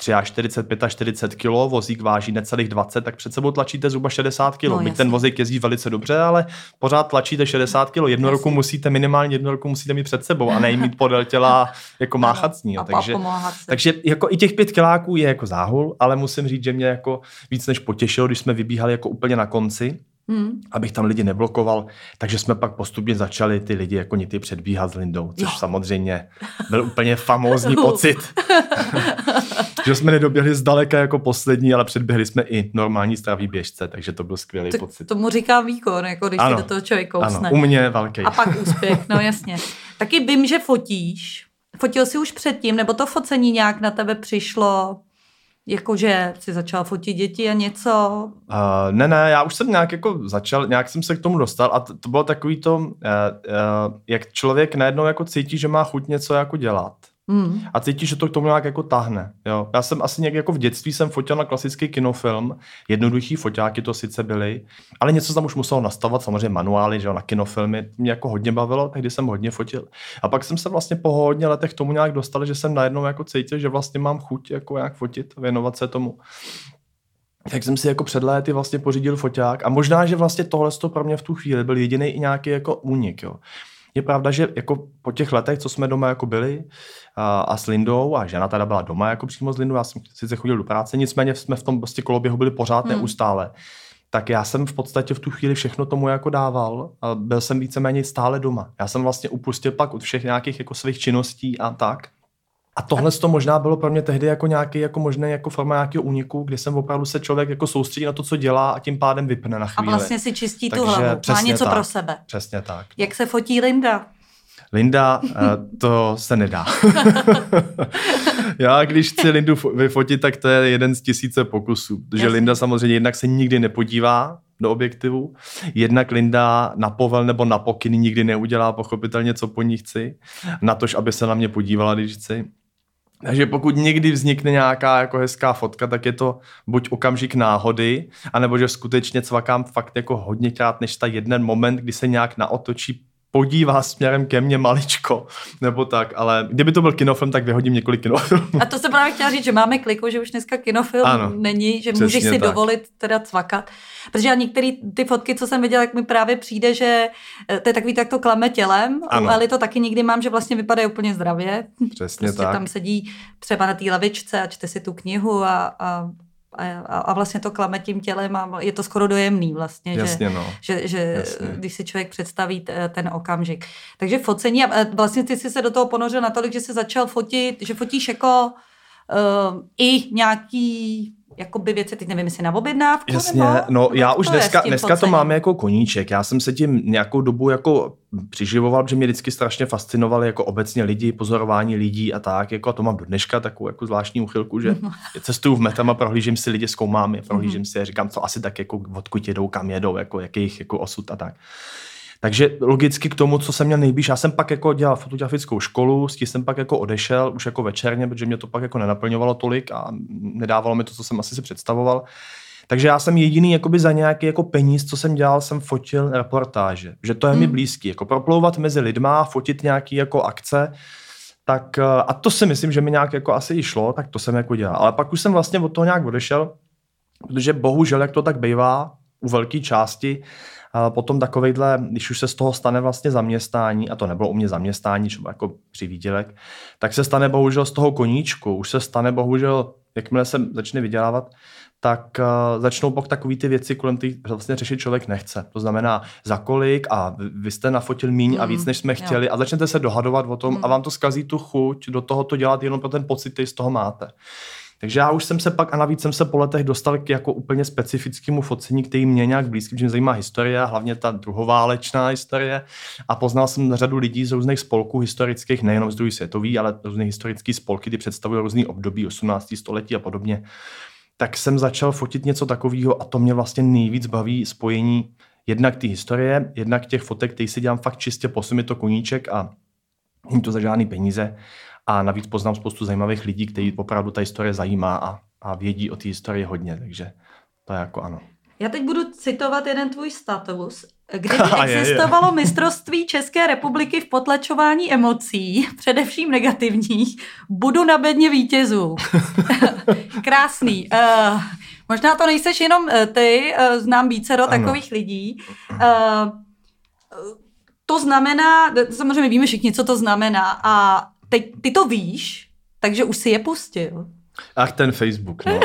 43-45 kg, vozík váží necelých 20, tak před sebou tlačíte zhruba 60 kg. Byť ten vozík jezdí velice dobře, ale pořád tlačíte 60 kg. Minimálně jednu ruku musíte mít před sebou a ne mít podél těla jako máchat s ní. Takže jako i těch 5 kiláků je jako záhul, ale musím říct, že mě jako víc než potěšilo, když jsme vybíhali jako úplně na konci, abych tam lidi neblokoval, takže jsme pak postupně začali ty lidi jako nity předbíhat s Lindou, což samozřejmě byl úplně famózní pocit. Že jsme nedoběhli zdaleka jako poslední, ale předběhli jsme i normální zdravý běžce, takže to byl skvělý pocit. Tomu říkám výkon, jako když si do toho člověk kousne. Ano, u mě velký. A pak úspěch, no jasně. Taky vím, že fotíš. Fotil jsi už předtím, nebo to focení nějak na tebe přišlo, jakože jsi začal fotit děti a něco? Ne, já už jsem nějak jako začal, nějak jsem se k tomu dostal a to bylo takový to, jak člověk najednou jako cítí, že má chuť něco jako dělat. A cítí, že to k tomu nějak jako tahne. Jo. Já jsem asi někdy jako v dětství jsem fotil na klasický kinofilm, jednoduchý foťáky to sice byly, ale něco tam už muselo nastavovat, samozřejmě manuály, že jo, na kinofilmy, mě jako hodně bavilo, tehdy jsem hodně fotil. A pak jsem se vlastně po hodně letech k tomu nějak dostal, že jsem najednou jako cítil, že vlastně mám chuť jako nějak fotit, věnovat se tomu. Tak jsem si jako před léty vlastně pořídil foťák a možná, že vlastně tohle pro mě v tu chvíli byl jediný i nějaký jako únik, jo. Je pravda, že jako po těch letech, co jsme doma jako byli a s Lindou, a žena teda byla doma jako přímo s Lindou, já jsem sice chodil do práce, nicméně jsme v tom prostě koloběhu byli pořád neustále. Tak já jsem v podstatě v tu chvíli všechno tomu jako dával a byl jsem víceméně stále doma. Já jsem vlastně upustil pak od všech nějakých jako svých činností a tak. A tohle to možná bylo pro mě tehdy jako nějaký jako možné jako forma nějakého úniku, kdy jsem opravdu se člověk jako soustředí na to, co dělá a tím pádem vypne na chvíli. A vlastně si čistí tu hlavu, má něco tak, pro sebe. Přesně tak. Jak se fotí Linda? Linda, to se nedá. Já když chci Lindu vyfotit, tak to je jeden z 1000 pokusů. Protože Linda samozřejmě jednak se nikdy nepodívá do objektivu, jednak Linda na povel nebo na pokyn nikdy neudělá pochopitelně, co po ní chci, natož aby se na mě podívala, když chci. Takže pokud někdy vznikne nějaká jako hezká fotka, tak je to buď okamžik náhody, anebo že skutečně cvakám fakt jako hodněkrát, než ta jeden moment, kdy se nějak naotočí, podívá směrem ke mně maličko, nebo tak, ale kdyby to byl kinofilm, tak vyhodím několik kinofilmů. A to se právě chtěla říct, že máme kliku, že už dneska kinofilm není, že můžeš si dovolit teda cvakat. Protože já některé ty fotky, co jsem viděla, jak mi právě přijde, že to je takový, tak to klame tělem, ale to taky někdy mám, že vlastně vypadají úplně zdravě. Přesně prostě tak. Tam sedí třeba na té lavičce a čte si tu knihu a vlastně to klame tím tělem a je to skoro dojemný vlastně, Jasně, že když si člověk představí ten okamžik. Takže focení a vlastně ty jsi se do toho ponořil natolik, že jsi začal fotit, že fotíš jako i nějaký jakoby věci, teď nevím, jestli na objednávku? Jasně, no já už dneska to máme jako koníček. Já jsem se tím nějakou dobu jako přiživoval, protože mě vždycky strašně fascinovali jako obecně lidi, pozorování lidí a tak, jako a to mám do dneška takovou jako zvláštní uchylku, že cestuju v metama, prohlížím si lidi, zkoumám je, prohlížím si a říkám, co asi tak jako odkud jedou, kam jedou, jako jakých jako osud a tak. Takže logicky k tomu, co jsem měl nejblíž, já jsem pak jako dělal fotografickou školu, s tím jsem pak jako odešel, už jako večerně, protože mě to pak jako nenaplňovalo tolik a nedávalo mi to, co jsem asi si představoval. Takže já jsem jediný jakoby za nějaký jako peníz, co jsem dělal, jsem fotil reportáže. Že to je mi blízký, jako proplouvat mezi lidma, fotit nějaký jako akce, tak a to si myslím, že mi nějak jako asi i šlo, tak to jsem jako dělal. Ale pak už jsem vlastně od toho nějak odešel, protože bohužel, jak to tak bývá u velké části, potom takovejhle, když už se z toho stane vlastně zaměstnání, a to nebylo u mě zaměstnání, třeba jako přivýdělek, tak se stane bohužel z toho koníčku, už se stane bohužel, jakmile se začne vydělávat, tak začnou pak takový ty věci, kolem těch vlastně řešit člověk nechce. To znamená za kolik a vy jste nafotil míň a víc, než jsme chtěli a začnete se dohadovat o tom a vám to zkazí tu chuť do toho to dělat jenom pro ten pocit, který z toho máte. Takže já už jsem se pak a navíc jsem se po letech dostal k jako úplně specifickému focení, který mě nějak blízký, protože mě zajímá historie, hlavně ta druhoválečná historie a poznal jsem řadu lidí z různých spolků historických, nejenom z druhé světové, ale různé historické spolky, ty představují různý období 18. století a podobně. Tak jsem začal fotit něco takového a to mě vlastně nejvíc baví spojení jednak té historie, jednak těch fotek, který si dělám fakt čistě po je to koníček a jim to za žádný peníze. A navíc poznám spoustu zajímavých lidí, kteří opravdu ta historie zajímá a vědí o té historii hodně, takže to je jako ano. Já teď budu citovat jeden tvůj status. Kdyby existovalo mistrovství České republiky v potlačování emocí, především negativních, budu na bedně vítězů. Krásný. Možná to nejseš jenom ty, znám vícero takových lidí. To znamená, samozřejmě víme všichni, co to znamená a teď ty to víš, takže už si je pustil. Ach, ten Facebook, no.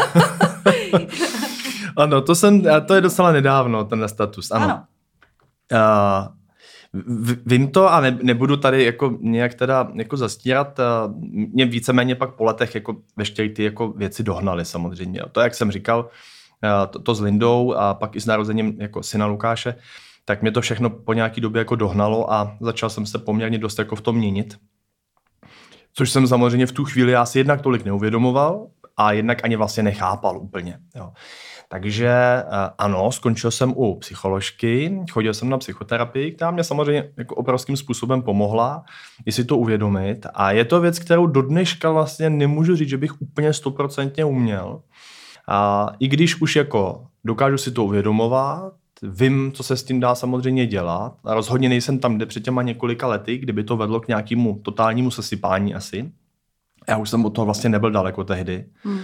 Ano, to je docela nedávno, ten status, ano. Vím to a nebudu tady jako nějak teda jako zastírat. Mě víceméně pak po letech jako veškeré ty jako věci dohnaly samozřejmě. To, jak jsem říkal, to s Lindou a pak i s narozením jako syna Lukáše, tak mě to všechno po nějaký době jako dohnalo a začal jsem se poměrně dost jako v tom měnit. Což jsem samozřejmě v tu chvíli já si jednak tolik neuvědomoval a jednak ani vlastně nechápal úplně. Jo. Takže ano, skončil jsem u psycholožky, chodil jsem na psychoterapii, která mě samozřejmě jako obrovským způsobem pomohla i si to uvědomit. A je to věc, kterou do dneška vlastně nemůžu říct, že bych úplně 100% uměl. A i když už jako dokážu si to uvědomovat, vím, co se s tím dá samozřejmě dělat. A rozhodně nejsem tam, kde před těma několika lety, kdyby to vedlo k nějakému totálnímu sesypání asi. Já už jsem od toho vlastně nebyl daleko tehdy.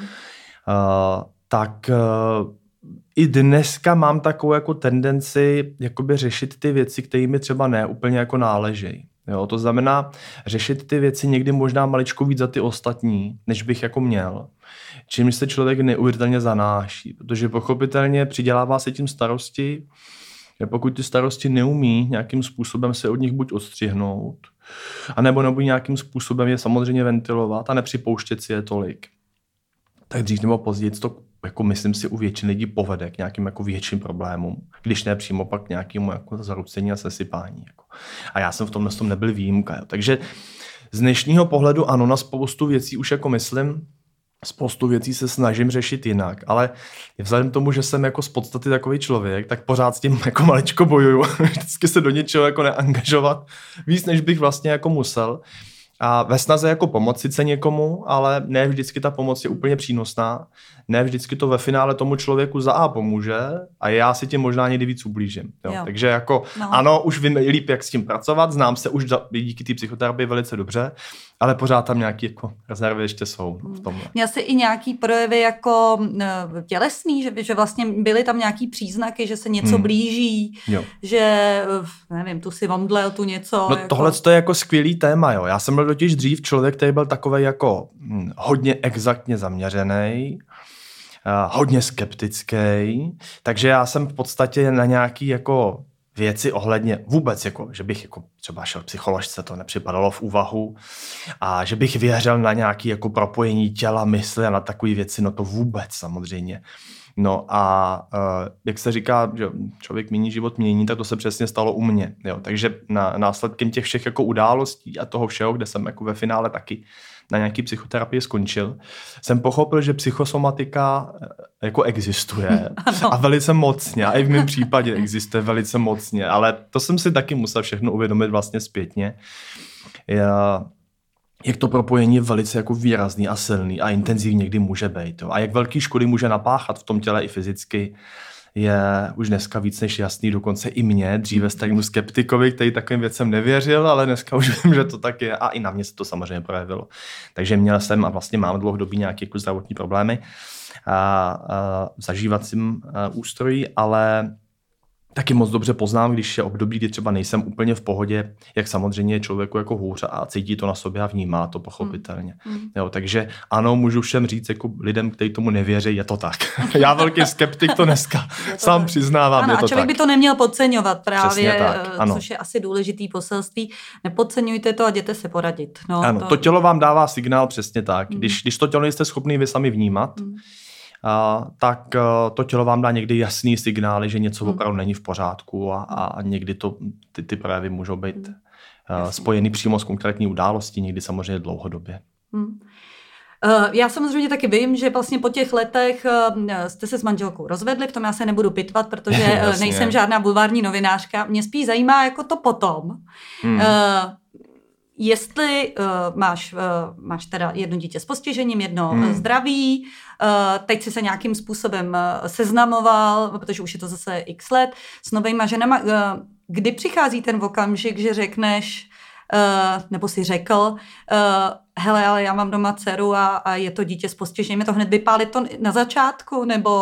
Tak i dneska mám takovou jako tendenci jakoby řešit ty věci, které mi třeba ne úplně jako náležejí. Jo, to znamená řešit ty věci někdy možná maličko víc za ty ostatní, než bych jako měl. Čímž se člověk neuvěřitelně zanáší, protože pochopitelně přidělává se tím starosti, že pokud ty starosti neumí nějakým způsobem se od nich buď odstřihnout, anebo nějakým způsobem je samozřejmě ventilovat a nepřipouštět si je tolik, tak dřív nebo později to jako myslím si u většiny lidí povede k nějakým jako větším problémům, když ne přímo pak k nějakému jako zarucení a sesypání. Jako. A já jsem v tomhle nebyl výjimka. Jo. Takže z dnešního pohledu ano, na spoustu věcí už jako myslím, spoustu věcí se snažím řešit jinak, ale vzhledem k tomu, že jsem jako z podstaty takový člověk, tak pořád s tím jako maličko bojuju. Vždycky se do něčeho jako neangažovat víc, než bych vlastně jako musel. a ve snaze jako pomoci se někomu, ale ne vždycky ta pomoc je úplně přínosná, ne vždycky to ve finále tomu člověku za A pomůže a já si tím možná někdy víc ublížím. Jo. Takže jako ano, už vím líp, jak s tím pracovat, znám se už díky té psychoterapii velice dobře, ale pořád tam nějaké jako rezervy ještě jsou v tomhle. Měl jsi i nějaký projevy jako tělesný, že vlastně byly tam nějaký příznaky, že se něco blíží, že nevím, tu si omdlel, tu něco. No jako... tohle je jako skvělý téma, jo. Já jsem byl totiž dřív člověk, který byl takovej jako hodně exaktně zaměřený, hodně skeptický, takže já jsem v podstatě na nějaký jako věci ohledně vůbec, jako, že bych jako třeba šel psycholožce, to nepřipadalo v úvahu a že bych věřil na nějaké jako propojení těla, mysli a na takové věci, no to vůbec samozřejmě. No a jak se říká, že člověk mění, život mění, tak to se přesně stalo u mě. Jo. Takže následkem těch všech jako událostí a toho všeho, kde jsem jako ve finále taky na nějaký psychoterapii skončil, jsem pochopil, že psychosomatika jako existuje a velice mocně. A i v mém případě existuje velice mocně. Ale to jsem si taky musel všechno uvědomit vlastně zpětně. Jak to propojení je velice jako výrazný a silný a intenzivní někdy může být. Jo. A jak velký škody může napáchat v tom těle i fyzicky, je už dneska víc než jasný, dokonce i mě, dříve starému skeptikovi, který takovým věcem nevěřil, ale dneska už vím, že to tak je a i na mě se to samozřejmě projevilo. Takže měl jsem a vlastně mám dlouhodobý nějaké jako zdravotní problémy a zažívacím ústrojí, ale taky moc dobře poznám, když je období, kdy třeba nejsem úplně v pohodě, jak samozřejmě je člověku jako hůř a cítí to na sobě a vnímá to pochopitelně. Jo, takže ano, můžu všem říct jako lidem, kteří tomu nevěří, je to tak. Já velký skeptik to dneska sám přiznávám, ano, je to a člověk tak. by to neměl podceňovat právě, tak, což je asi důležitý poselství. Nepodceňujte to a jděte se poradit. No, ano, to tělo vám dává signál přesně tak. Když to tělo jste schopný vy sami vnímat, tak to tělo vám dá někdy jasný signály, že něco opravdu není v pořádku a někdy ty projevy můžou být spojený přímo s konkrétní událostí, někdy samozřejmě dlouhodobě. Já samozřejmě taky vím, že vlastně po těch letech jste se s manželkou rozvedli, v tom já se nebudu pitvat, protože nejsem žádná bulvární novinářka. Mě spíš zajímá jako to potom. Jestli máš teda jedno dítě s postižením, jedno zdraví, teď si se nějakým způsobem seznamoval, protože už je to zase x let, s novejma ženama. Kdy přichází ten okamžik, že řekneš, nebo si řekl, hele, ale já mám doma dceru a je to dítě s postižením, je to hned vypálit to na začátku,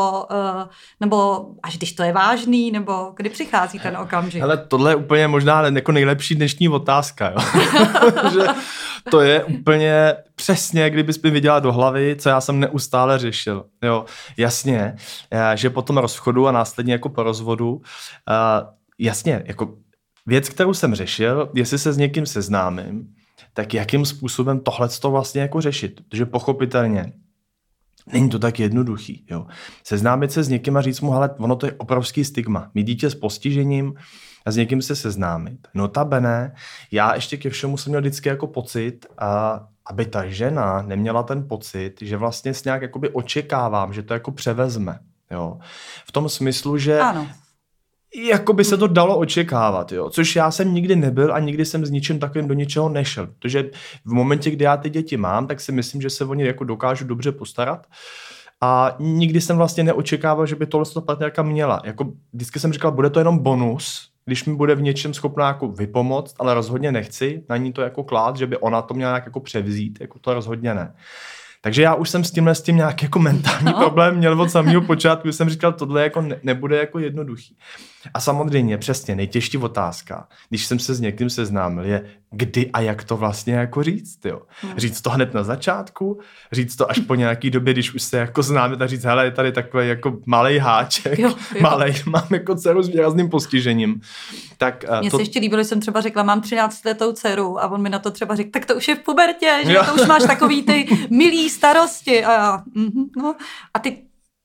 nebo až když to je vážný, nebo kdy přichází ten okamžik? Hele, tohle je úplně možná jako nejlepší dnešní otázka, jo. Že to je úplně přesně, kdybys mi viděla do hlavy, co já jsem neustále řešil. Jo, jasně, že po tom rozchodu a následně jako po rozvodu, jasně, jako věc, kterou jsem řešil, jestli se s někým seznámím, tak jakým způsobem tohleto vlastně jako řešit. Protože pochopitelně není to tak jednoduchý. Jo. Seznámit se s někým a říct mu, hele, ono to je obrovský stigma. Mít dítě s postižením a s někým se seznámit. Notabene, já ještě ke všemu jsem měl vždycky jako pocit, aby ta žena neměla ten pocit, že vlastně s nějak jakoby očekávám, že to jako převezme. Jo. V tom smyslu, že ano. Jako by se to dalo očekávat, jo. Což já jsem nikdy nebyl a nikdy jsem s ničím takovým do ničeho nešel. Protože v momentě, kdy já ty děti mám, tak si myslím, že se o ně jako dokážu dobře postarat. A nikdy jsem vlastně neočekával, že by tohle partnerka měla. Jako vždycky jsem říkal, bude to jenom bonus, když mi bude v něčem schopná jako vypomoct, ale rozhodně nechci na ní to jako klát, že by ona to měla jako převzít, jako to rozhodně ne. Takže já už jsem s tím nějaký jako mentální problém měl od samého počátku, jsem říkal, tohle jako nebude jako jednoduchý. A samozřejmě přesně nejtěžší otázka, když jsem se s někým seznámil, je kdy a jak to vlastně jako říct, jo. Říct to hned na začátku, říct to až po nějaký době, když už se jako známe, tak říct, hele, je tady takový jako malej háček, malej, mám jako dceru s výrazným postižením. Tak mně se ještě líbilo, že jsem třeba řekla, mám 13letou dceru a on mi na to třeba řekl, tak to už je v pubertě, že to už máš takový ty milý starosti a já, a ty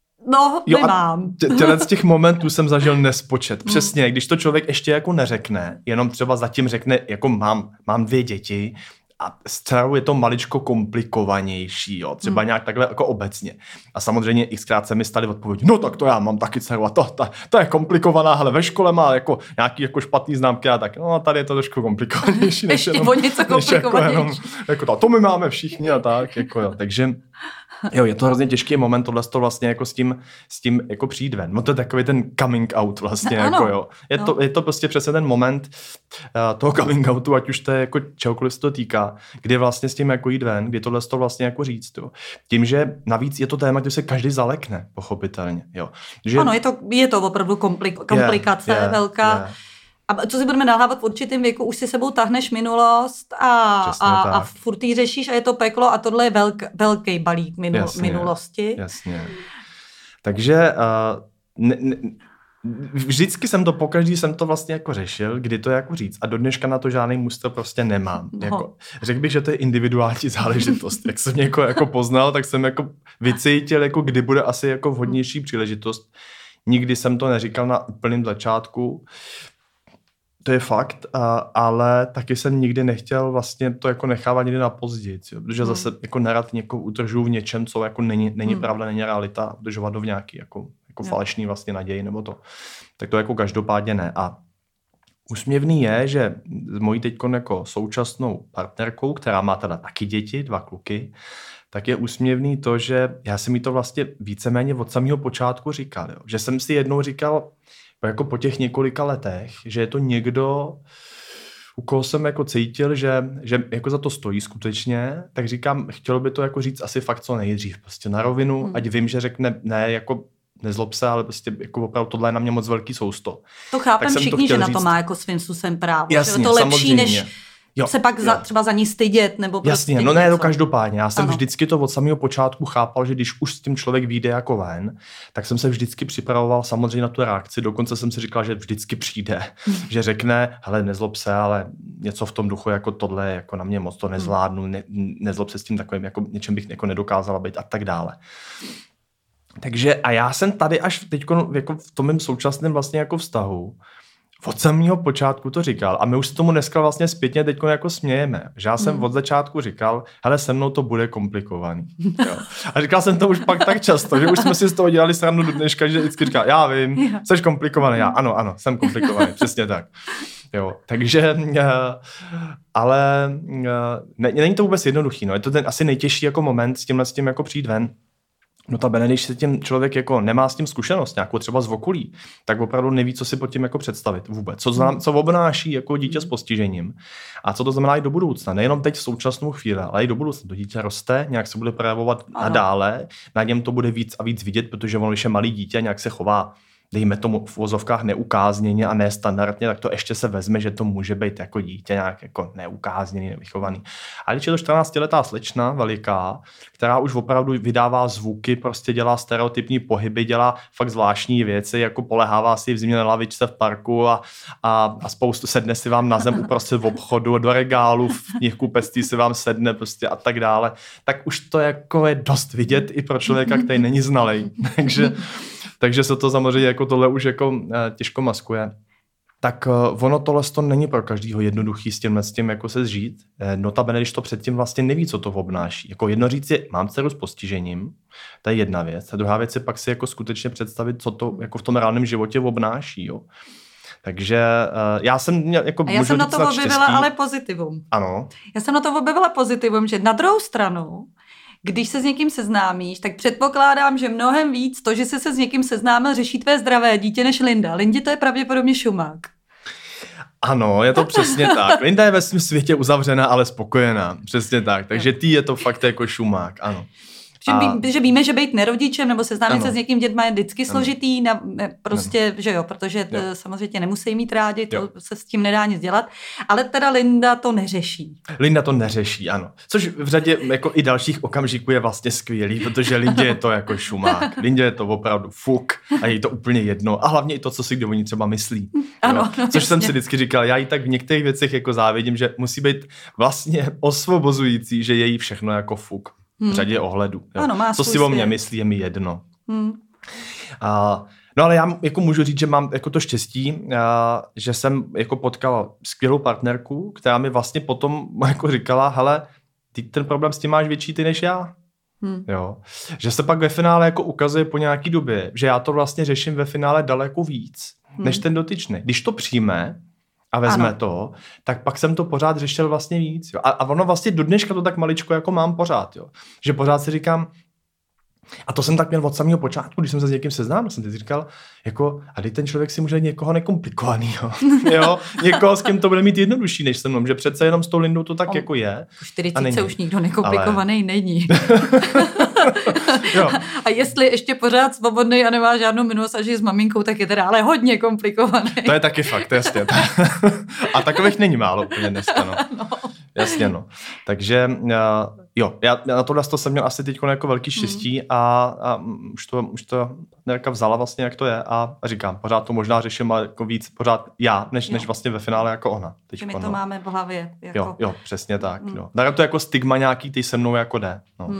nemám. Z těch momentů jsem zažil nespočet. Přesně, když to člověk ještě jako neřekne, jenom třeba zatím řekne, jako mám 2 děti A s dcerou je to maličko komplikovanější, jo, třeba nějak takhle jako obecně. A samozřejmě xkrát se mi staly odpovědi, no tak to já mám taky dceru a to je komplikovaná, hele, ve škole má jako nějaký jako špatný známky a tak, no tady je to trošku komplikovanější. Ještě o něco komplikovanější. Jako to my máme všichni a tak, jako jo, takže jo, je to hrozně těžký moment tohle to vlastně jako s tím jako přijít ven. No to je takový ten coming out vlastně, no, jako jo. Je to prostě přesně ten moment toho coming outu, ať už to je jako čehokoliv se to týká, kdy vlastně s tím jako jít ven, kdy tohle to vlastně jako říct, jo. Tím, že navíc je to téma, kde se každý zalekne, pochopitelně, jo. Že ano, je to opravdu komplikace velká. A co si budeme nalhávat v určitém věku, už si sebou tahneš minulost a furt jí řešíš a je to peklo a tohle je velký balík minulosti. Jasně. Takže vždycky pokaždý jsem to vlastně jako řešil, kdy to jako říct a do dneška na to žádný muster prostě nemám. No. Jako, řekl bych, že to je individuální záležitost. Jak jsem někoho jako poznal, tak jsem jako vycítil, jako kdy bude asi jako vhodnější příležitost. Nikdy jsem to neříkal na úplném začátku. To je fakt, ale taky jsem nikdy nechtěl vlastně to jako nechávat někdy na později, protože zase jako nerad někoho utržuju v něčem, co jako není pravda, není realita, udržovat ho v nějaký jako falešný vlastně naději nebo to. Tak to jako každopádně ne. A úsměvný je, že s mojí teďkon jako současnou partnerkou, která má teda taky děti, 2 kluky, tak je úsměvný to, že já jsem jí to vlastně víceméně od samého počátku říkal, jo. Že jsem si jednou říkal, jako po těch několika letech, že je to někdo, u koho jsem jako cítil, že jako za to stojí skutečně, tak říkám, chtělo by to jako říct asi fakt co nejdřív, prostě na rovinu, ať vím, že řekne ne, jako nezlob se, ale prostě jako opravdu tohle je na mě moc velký sousto. To chápem všichni, že na to má jako svým způsobem právo. Jasně, to lepší, samozřejmě. než se pak třeba za ní stydět, nebo prostě jasně, no ne, to každopádně. Já jsem vždycky to od samého počátku chápal, že když už s tím člověk vyjde jako ven, tak jsem se vždycky připravoval samozřejmě na tu reakci, dokonce jsem si říkal, že vždycky přijde, že řekne, hele, nezlob se, ale něco v tom duchu, jako tohle, jako na mě moc to nezvládnu, nezlob se s tím takovým, jako něčem bych jako nedokázala být a tak dále. Takže a já jsem tady až teď jako v tom mém současném vlastně jako vztahu od samého počátku to říkal a my už se tomu dneska vlastně zpětně teď jako smějeme. Že já jsem od začátku říkal, hele, se mnou to bude komplikovaný. Jo. A říkal jsem to už pak tak často, že už jsme si z toho dělali srandu do dneška, že vždycky říkal, já vím, jsi komplikovaný, já ano, jsem komplikovaný, přesně tak. Jo, takže, ale není to vůbec jednoduchý, no. Je to ten asi nejtěžší jako moment s tím jako přijít ven. Notabene, když se tím člověk jako nemá s tím zkušenost, nějakou třeba z okolí, tak opravdu neví, co si pod tím jako představit vůbec. Co obnáší jako dítě s postižením a co to znamená i do budoucna. Nejenom teď v současnou chvíli, ale i do budoucna. To dítě roste, nějak se bude projevovat nadále, na něm to bude víc a víc vidět, protože ono, když je malý dítě, nějak se chová, dejme tomu v vozovkách neukázněně a nestandardně, tak to ještě se vezme, že to může být jako dítě nějak jako neukázněný, nevychovaný. A když je to 14letá slečna veliká, která už opravdu vydává zvuky, prostě dělá stereotypní pohyby, dělá fakt zvláštní věci, jako polehává si v zimě na lavičce v parku a spoustu sedne si vám na zem uprostřed v obchodu, do regálu, v knihkupectví si vám sedne prostě a tak dále, tak už to jako je dost vidět i pro člověka, který není znalej. Takže se to samozřejmě jako tohle už jako těžko maskuje. Tak ono tohle to není pro každýho jednoduchý s tím jako se zžít. Notabene, když to předtím vlastně neví, co to obnáší. Jako jedno říct je, mám dceru s postižením, to je jedna věc. A druhá věc je pak si jako skutečně představit, co to jako v tom reálném životě obnáší. Jo. Takže já jsem měl jako a já jsem na to objevila ale pozitivum. Ano. Já jsem na to objevila pozitivum, že na druhou stranu, když se s někým seznámíš, tak předpokládám, že mnohem víc to, že jsi se s někým seznámil, řeší tvé zdravé dítě než Linda. Lindě to je pravděpodobně šumák. Ano, je to přesně tak. Linda je ve svém světě uzavřená, ale spokojená. Přesně tak. Takže ty je to fakt jako šumák, ano. Že víme, že být nerodičem nebo seznámit se s někým dětma je vždycky složitý, prostě, že jo, protože samozřejmě nemusí mít rádi, to se s tím nedá nic dělat, ale teda Linda to neřeší. Linda to neřeší, ano. Což v řadě jako i dalších okamžiků je vlastně skvělý, protože Lindě je to jako šumák. Lindě je to opravdu fuk a je to úplně jedno. A hlavně i to, co si kdo o ní třeba myslí. Ano, což jsem si vždycky říkal, já jí tak v některých věcech jako závidím, že musí být vlastně osvobozující, že je jí všechno jako fuk. V řadě ohledů. Ano, co si o mě myslí, je mi jedno. No ale já jako můžu říct, že mám jako to štěstí, že jsem jako potkal skvělou partnerku, která mi vlastně potom jako říkala, hele, ty ten problém s tím máš větší ty než já. Jo. Že se pak ve finále jako ukazuje po nějaký době, že já to vlastně řeším ve finále daleko víc, než ten dotyčný. Když to přijme a vezme to, tak pak jsem to pořád řešil vlastně víc. Jo. A ono vlastně do dneška to tak maličko jako mám pořád. Jo. Že pořád si říkám, a to jsem tak měl od samého počátku, když jsem se s někým seznámil, jsem si říkal, jako, a teď ten člověk si může někoho nekomplikovanýho, jo, někoho, s kým to bude mít jednodušší než se mnou, že přece jenom s tou Lindou to tak jako je. Po 40 už nikdo nekomplikovaný není. Jo. A jestli ještě pořád svobodný a nemá žádnou minulost a žije s maminkou, tak je teda ale hodně komplikovaný. To je taky fakt, jasně. A takových není málo úplně dneska, no. Jasně, no. Takže jo, já na tohle jsem měl asi teď jako velký štěstí a už to Nerka vzala vlastně, jak to je a říkám, pořád to možná řeším jako víc pořád já, než vlastně ve finále jako ona. Že my to máme v hlavě. Jako... Jo, přesně tak. Jo. Dále to jako stigma nějaký, ty se mnou jako jde. No.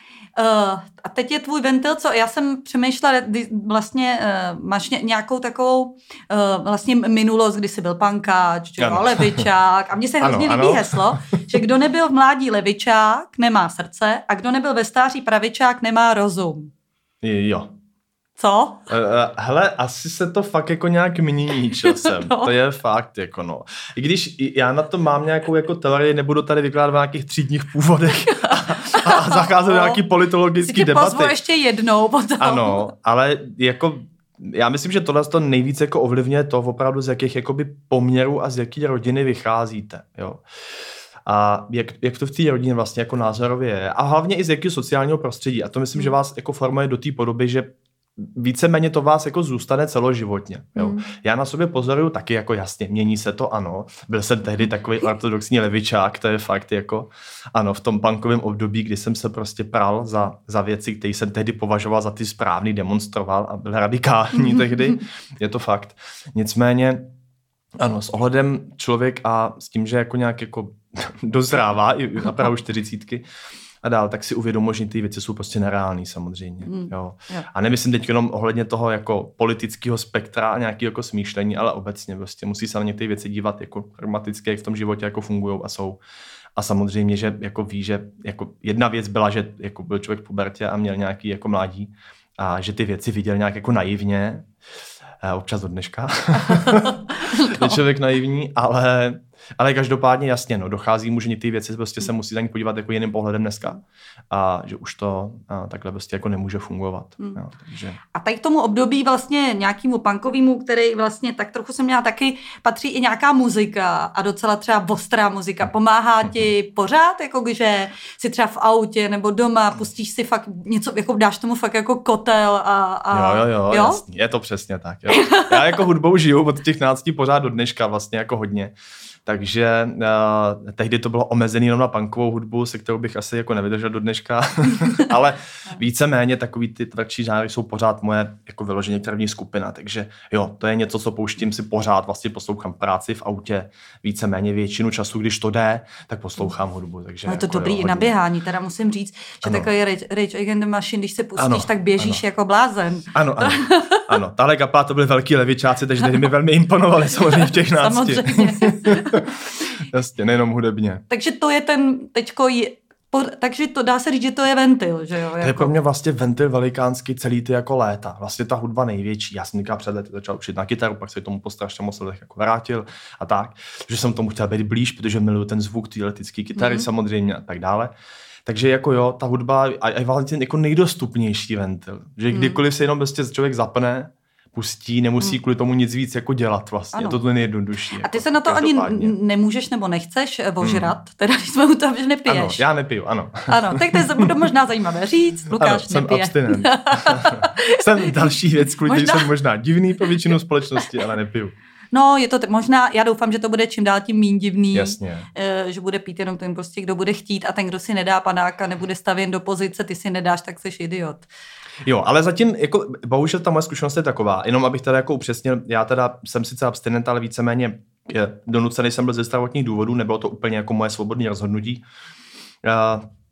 A teď je tvůj ventil, co já jsem přemýšlela, vlastně máš nějakou takovou vlastně minulost, kdy jsi byl pankáč, levičák a mně se hrozně líbí heslo, že kdo nebyl v mládí levičák, nemá srdce a kdo nebyl ve stáří pravičák, nemá rozum. Jo. Co? Hele, asi se to fakt jako nějak mění časem. No. To je fakt, jako no. I když já na to mám nějakou jako teorii, nebudu tady vykládat v nějakých třídních původech a zacházet do nějaký politologický debaty. Pozvu ještě jednou potom. Ano, ale jako já myslím, že tohle to nejvíc jako ovlivňuje to opravdu, z jakých jakoby poměrů a z jaký rodiny vycházíte, jo. A jak to v té rodině vlastně jako názorově je. A hlavně i z jakého sociálního prostředí. A to myslím, že vás jako formuje do té podoby, že víceméně to vás jako zůstane celoživotně. Jo. Já na sobě pozoruju taky jako jasně, mění se to, ano. Byl jsem tehdy takový ortodoxní levičák, to je fakt jako, ano, v tom punkovém období, kdy jsem se prostě pral za věci, které jsem tehdy považoval za ty správný, demonstroval a byl radikální tehdy. Je to fakt. Nicméně, ano, s ohledem člověk a s tím, že jako nějak jako dozrává i na prahu 40 a dál, tak si uvědomuji, že ty věci jsou prostě nereální samozřejmě. Jo. A nemyslím teď jenom ohledně toho jako politického spektra a nějakého jako smýšlení, ale obecně prostě musí se na některé věci dívat jako pragmaticky, jak v tom životě jako fungujou a jsou. A samozřejmě, že jako ví, že jako jedna věc byla, že jako byl člověk v pubertě a měl nějaký jako mládí a že ty věci viděl nějak jako naivně, občas do dneška. Je člověk naivní, ale každopádně jasně, no, dochází mu, že ty věci prostě se musí za ní podívat jako jiným pohledem dneska a že už to takhle prostě jako nemůže fungovat. Jo, takže. A tady k tomu období vlastně nějakému punkovému, který vlastně tak trochu jsem měla taky, patří i nějaká muzika a docela třeba ostrá muzika. Pomáhá ti pořád, jako že si třeba v autě nebo doma pustíš si fakt něco, jako dáš tomu fakt jako kotel a Jo? Jasný, je to přesně tak. Jo. Já jako hudbou žiju od těch 15 pořád do dneška vlastně jako hodně. Takže tehdy to bylo omezený jenom na punkovou hudbu, se kterou bych asi jako nevydržel do dneška, ale víceméně takový ty tvrdší žánry jsou pořád moje jako vyloženě první skupina, takže jo, to je něco, co pouštím si pořád, vlastně poslouchám práci v autě, víceméně většinu času, když to jde, tak poslouchám hudbu. Takže no je to jako, dobrý i na běhání, teda musím říct, že takový Rage Against the Machine, když se pustíš, tak běžíš jako blázen. Ano, tahle kapela to byly velký levičáci, takže tehdy mi velmi imponovali samozřejmě v těch nácti. Jasně, nejenom hudebně. Takže to je ten takže to dá se říct, že to je ventil, že jo? Jako. To je pro mě vlastně ventil velikánský celý ty jako léta. Vlastně ta hudba největší. Já jsem před lety začal učit na kytaru, pak se tomu po strašně moc letech jako vrátil a tak. Že jsem tomu chtěl být blíž, protože miluju ten zvuk té elektrické kytary samozřejmě a tak dále. Takže jako jo, ta hudba je vlastně jako nejdostupnější ventil. Že kdykoliv se jenom prostě člověk zapne, pustí, nemusí kvůli tomu nic víc jako dělat vlastně. Je to nejjednodušší. A ty se na to ani nemůžeš nebo nechceš ožrat, teda když jsme u toho, že nepiješ. Ano, já nepiju, ano. Ano, tak to je bude možná zajímavé říct, Lukáš nepije. Jsem abstinent. Jsem další věc, kvůli jsem možná divný pro většinu společnosti, ale nepiju. No, je to možná, já doufám, že to bude čím dál tím míň divný. Jasně. Že bude pít jenom ten prostě, kdo bude chtít a ten, kdo si nedá panáka, nebude stavěn do pozice, ty si nedáš, tak jsi idiot. Jo, ale zatím, jako, bohužel ta moje zkušenost je taková, jenom abych teda jako upřesnil, já teda jsem sice abstinent, ale víceméně donucený jsem byl ze zdravotních důvodů, nebylo to úplně jako moje svobodné rozhodnutí.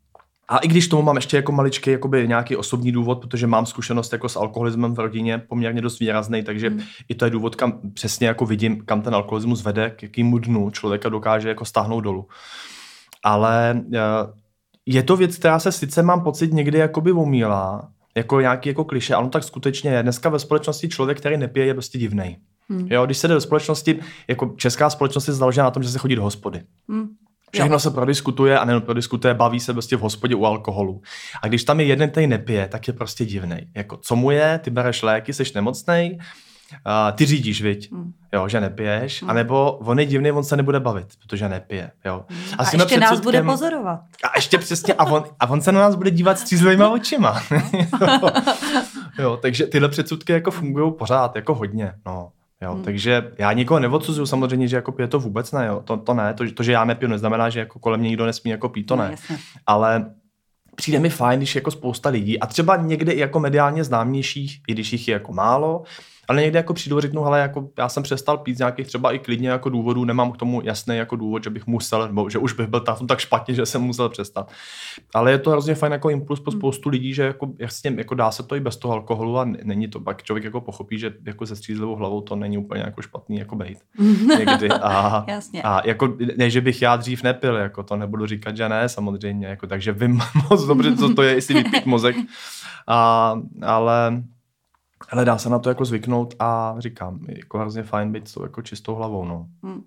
A i když tomu mám ještě jako maličký jakoby nějaký osobní důvod, protože mám zkušenost jako s alkoholismem v rodině poměrně dost výrazný, takže i to je důvod, kam přesně jako vidím, kam ten alkoholismus vede, k jakému dnu člověka dokáže jako stáhnout dolů. Ale je to věc, která se sice mám pocit někdy jakoby omílá, jako nějaký jako klišé, ale no tak skutečně je. Dneska ve společnosti člověk, který nepije, je prostě divnej. Jo, když se jde do společnosti, jako česká společnost je založena na tom, že se chodí do hospody. Všechno se prodiskutuje a nejen prodiskutuje, baví se prostě v hospodě u alkoholu. A když tam je jeden, který nepije, tak je prostě divnej. Jako, co mu je, ty bereš léky, jsi nemocnej, ty řídíš, viď? Jo, že nepiješ, anebo on je divný, on se nebude bavit, protože nepije. Jo. A ještě nás bude pozorovat. A ještě přesně, a on se na nás bude dívat střízlivýma očima. Jo, takže tyhle předsudky jako fungují pořád, jako hodně, no. Jo, takže já nikoho neodsuzuju samozřejmě, že jako pije to vůbec ne, jo. To ne, to, že já nepiju, neznamená, že jako kolem mě nikdo nesmí jako pít, to ne. Ale přijde mi fajn, když jako spousta lidí a třeba někde i jako mediálně známějších, i když jich je jako málo, ale někde jako přijdu a řeknu, hele, jako já jsem přestal pít z nějakých třeba i klidně jako důvodů, nemám k tomu jasný jako důvod, že bych musel, nebo že už bych byl tak špatně, že jsem musel přestat. Ale je to hrozně fajn jako impuls pro spoustu lidí, že jako jasně jako dá se to i bez toho alkoholu a není to, pak člověk jako pochopí, že jako se střízlivou hlavou to není úplně jako špatný jako bejt. Někdy. A jako ne, že bych já dřív nepil, jako to nebudu říkat, že ne, samozřejmě, jako takže vím moc dobře, co to je, jestli vypít mozek. Ale dá se na to jako zvyknout a říkám, jako hrozně fajn být s tou jako čistou hlavou, no.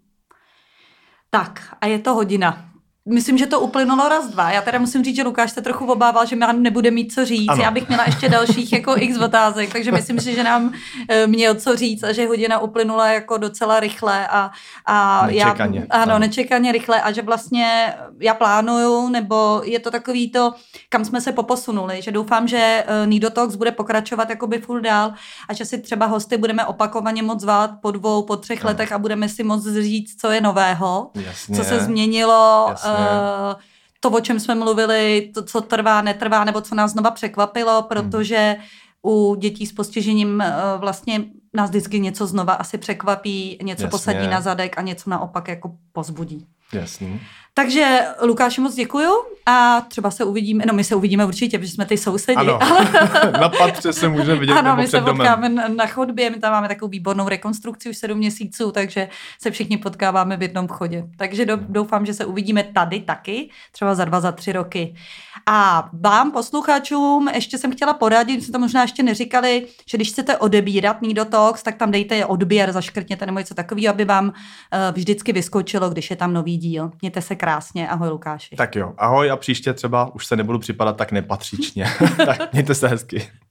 Tak a je to hodina. Myslím, že to uplynulo raz, dva. Já teda musím říct, že Lukáš se trochu obával, že nám nebude mít co říct. Ano. Já bych měla ještě dalších jako x otázek, takže myslím si, že nám měl co říct a že hodina uplynula jako docela rychle a nečekaně. Nečekaně rychle a že vlastně já plánuju, nebo je to takový to, kam jsme se poposunuli, že doufám, že Nido Talks bude pokračovat jakoby furt dál a že si třeba hosty budeme opakovaně moc zvát po 2, po 3 letech a budeme si moc říct, co je nového, co se změnilo. To, o čem jsme mluvili, to, co trvá, netrvá, nebo co nás znova překvapilo, protože u dětí s postižením vlastně nás vždycky něco znova asi překvapí, něco posadí na zadek a něco naopak jako pozbudí. Jasný. Takže Lukáši moc děkuju a třeba se uvidíme, my se uvidíme určitě, protože jsme ty sousedi. Ano, na patře se můžeme vidět ano, nebo my před se domem. potkáme na chodbě, my tam máme takovou výbornou rekonstrukci už 7 měsíců, takže se všichni potkáváme v jednom vchodě. Takže doufám, že se uvidíme tady taky, třeba za 2, za 3 roky. A vám, posluchačům, ještě jsem chtěla poradit, jsme to možná ještě neříkali, že když chcete odebírat Nido Talks, tak tam dejte odběr, zaškrtněte nebo něco takového, aby vám vždycky vyskočilo, když je tam nový díl. Mějte se krásně, ahoj Lukáši. Tak jo, ahoj a příště třeba už se nebudu připadat tak nepatřičně. Tak mějte se hezky.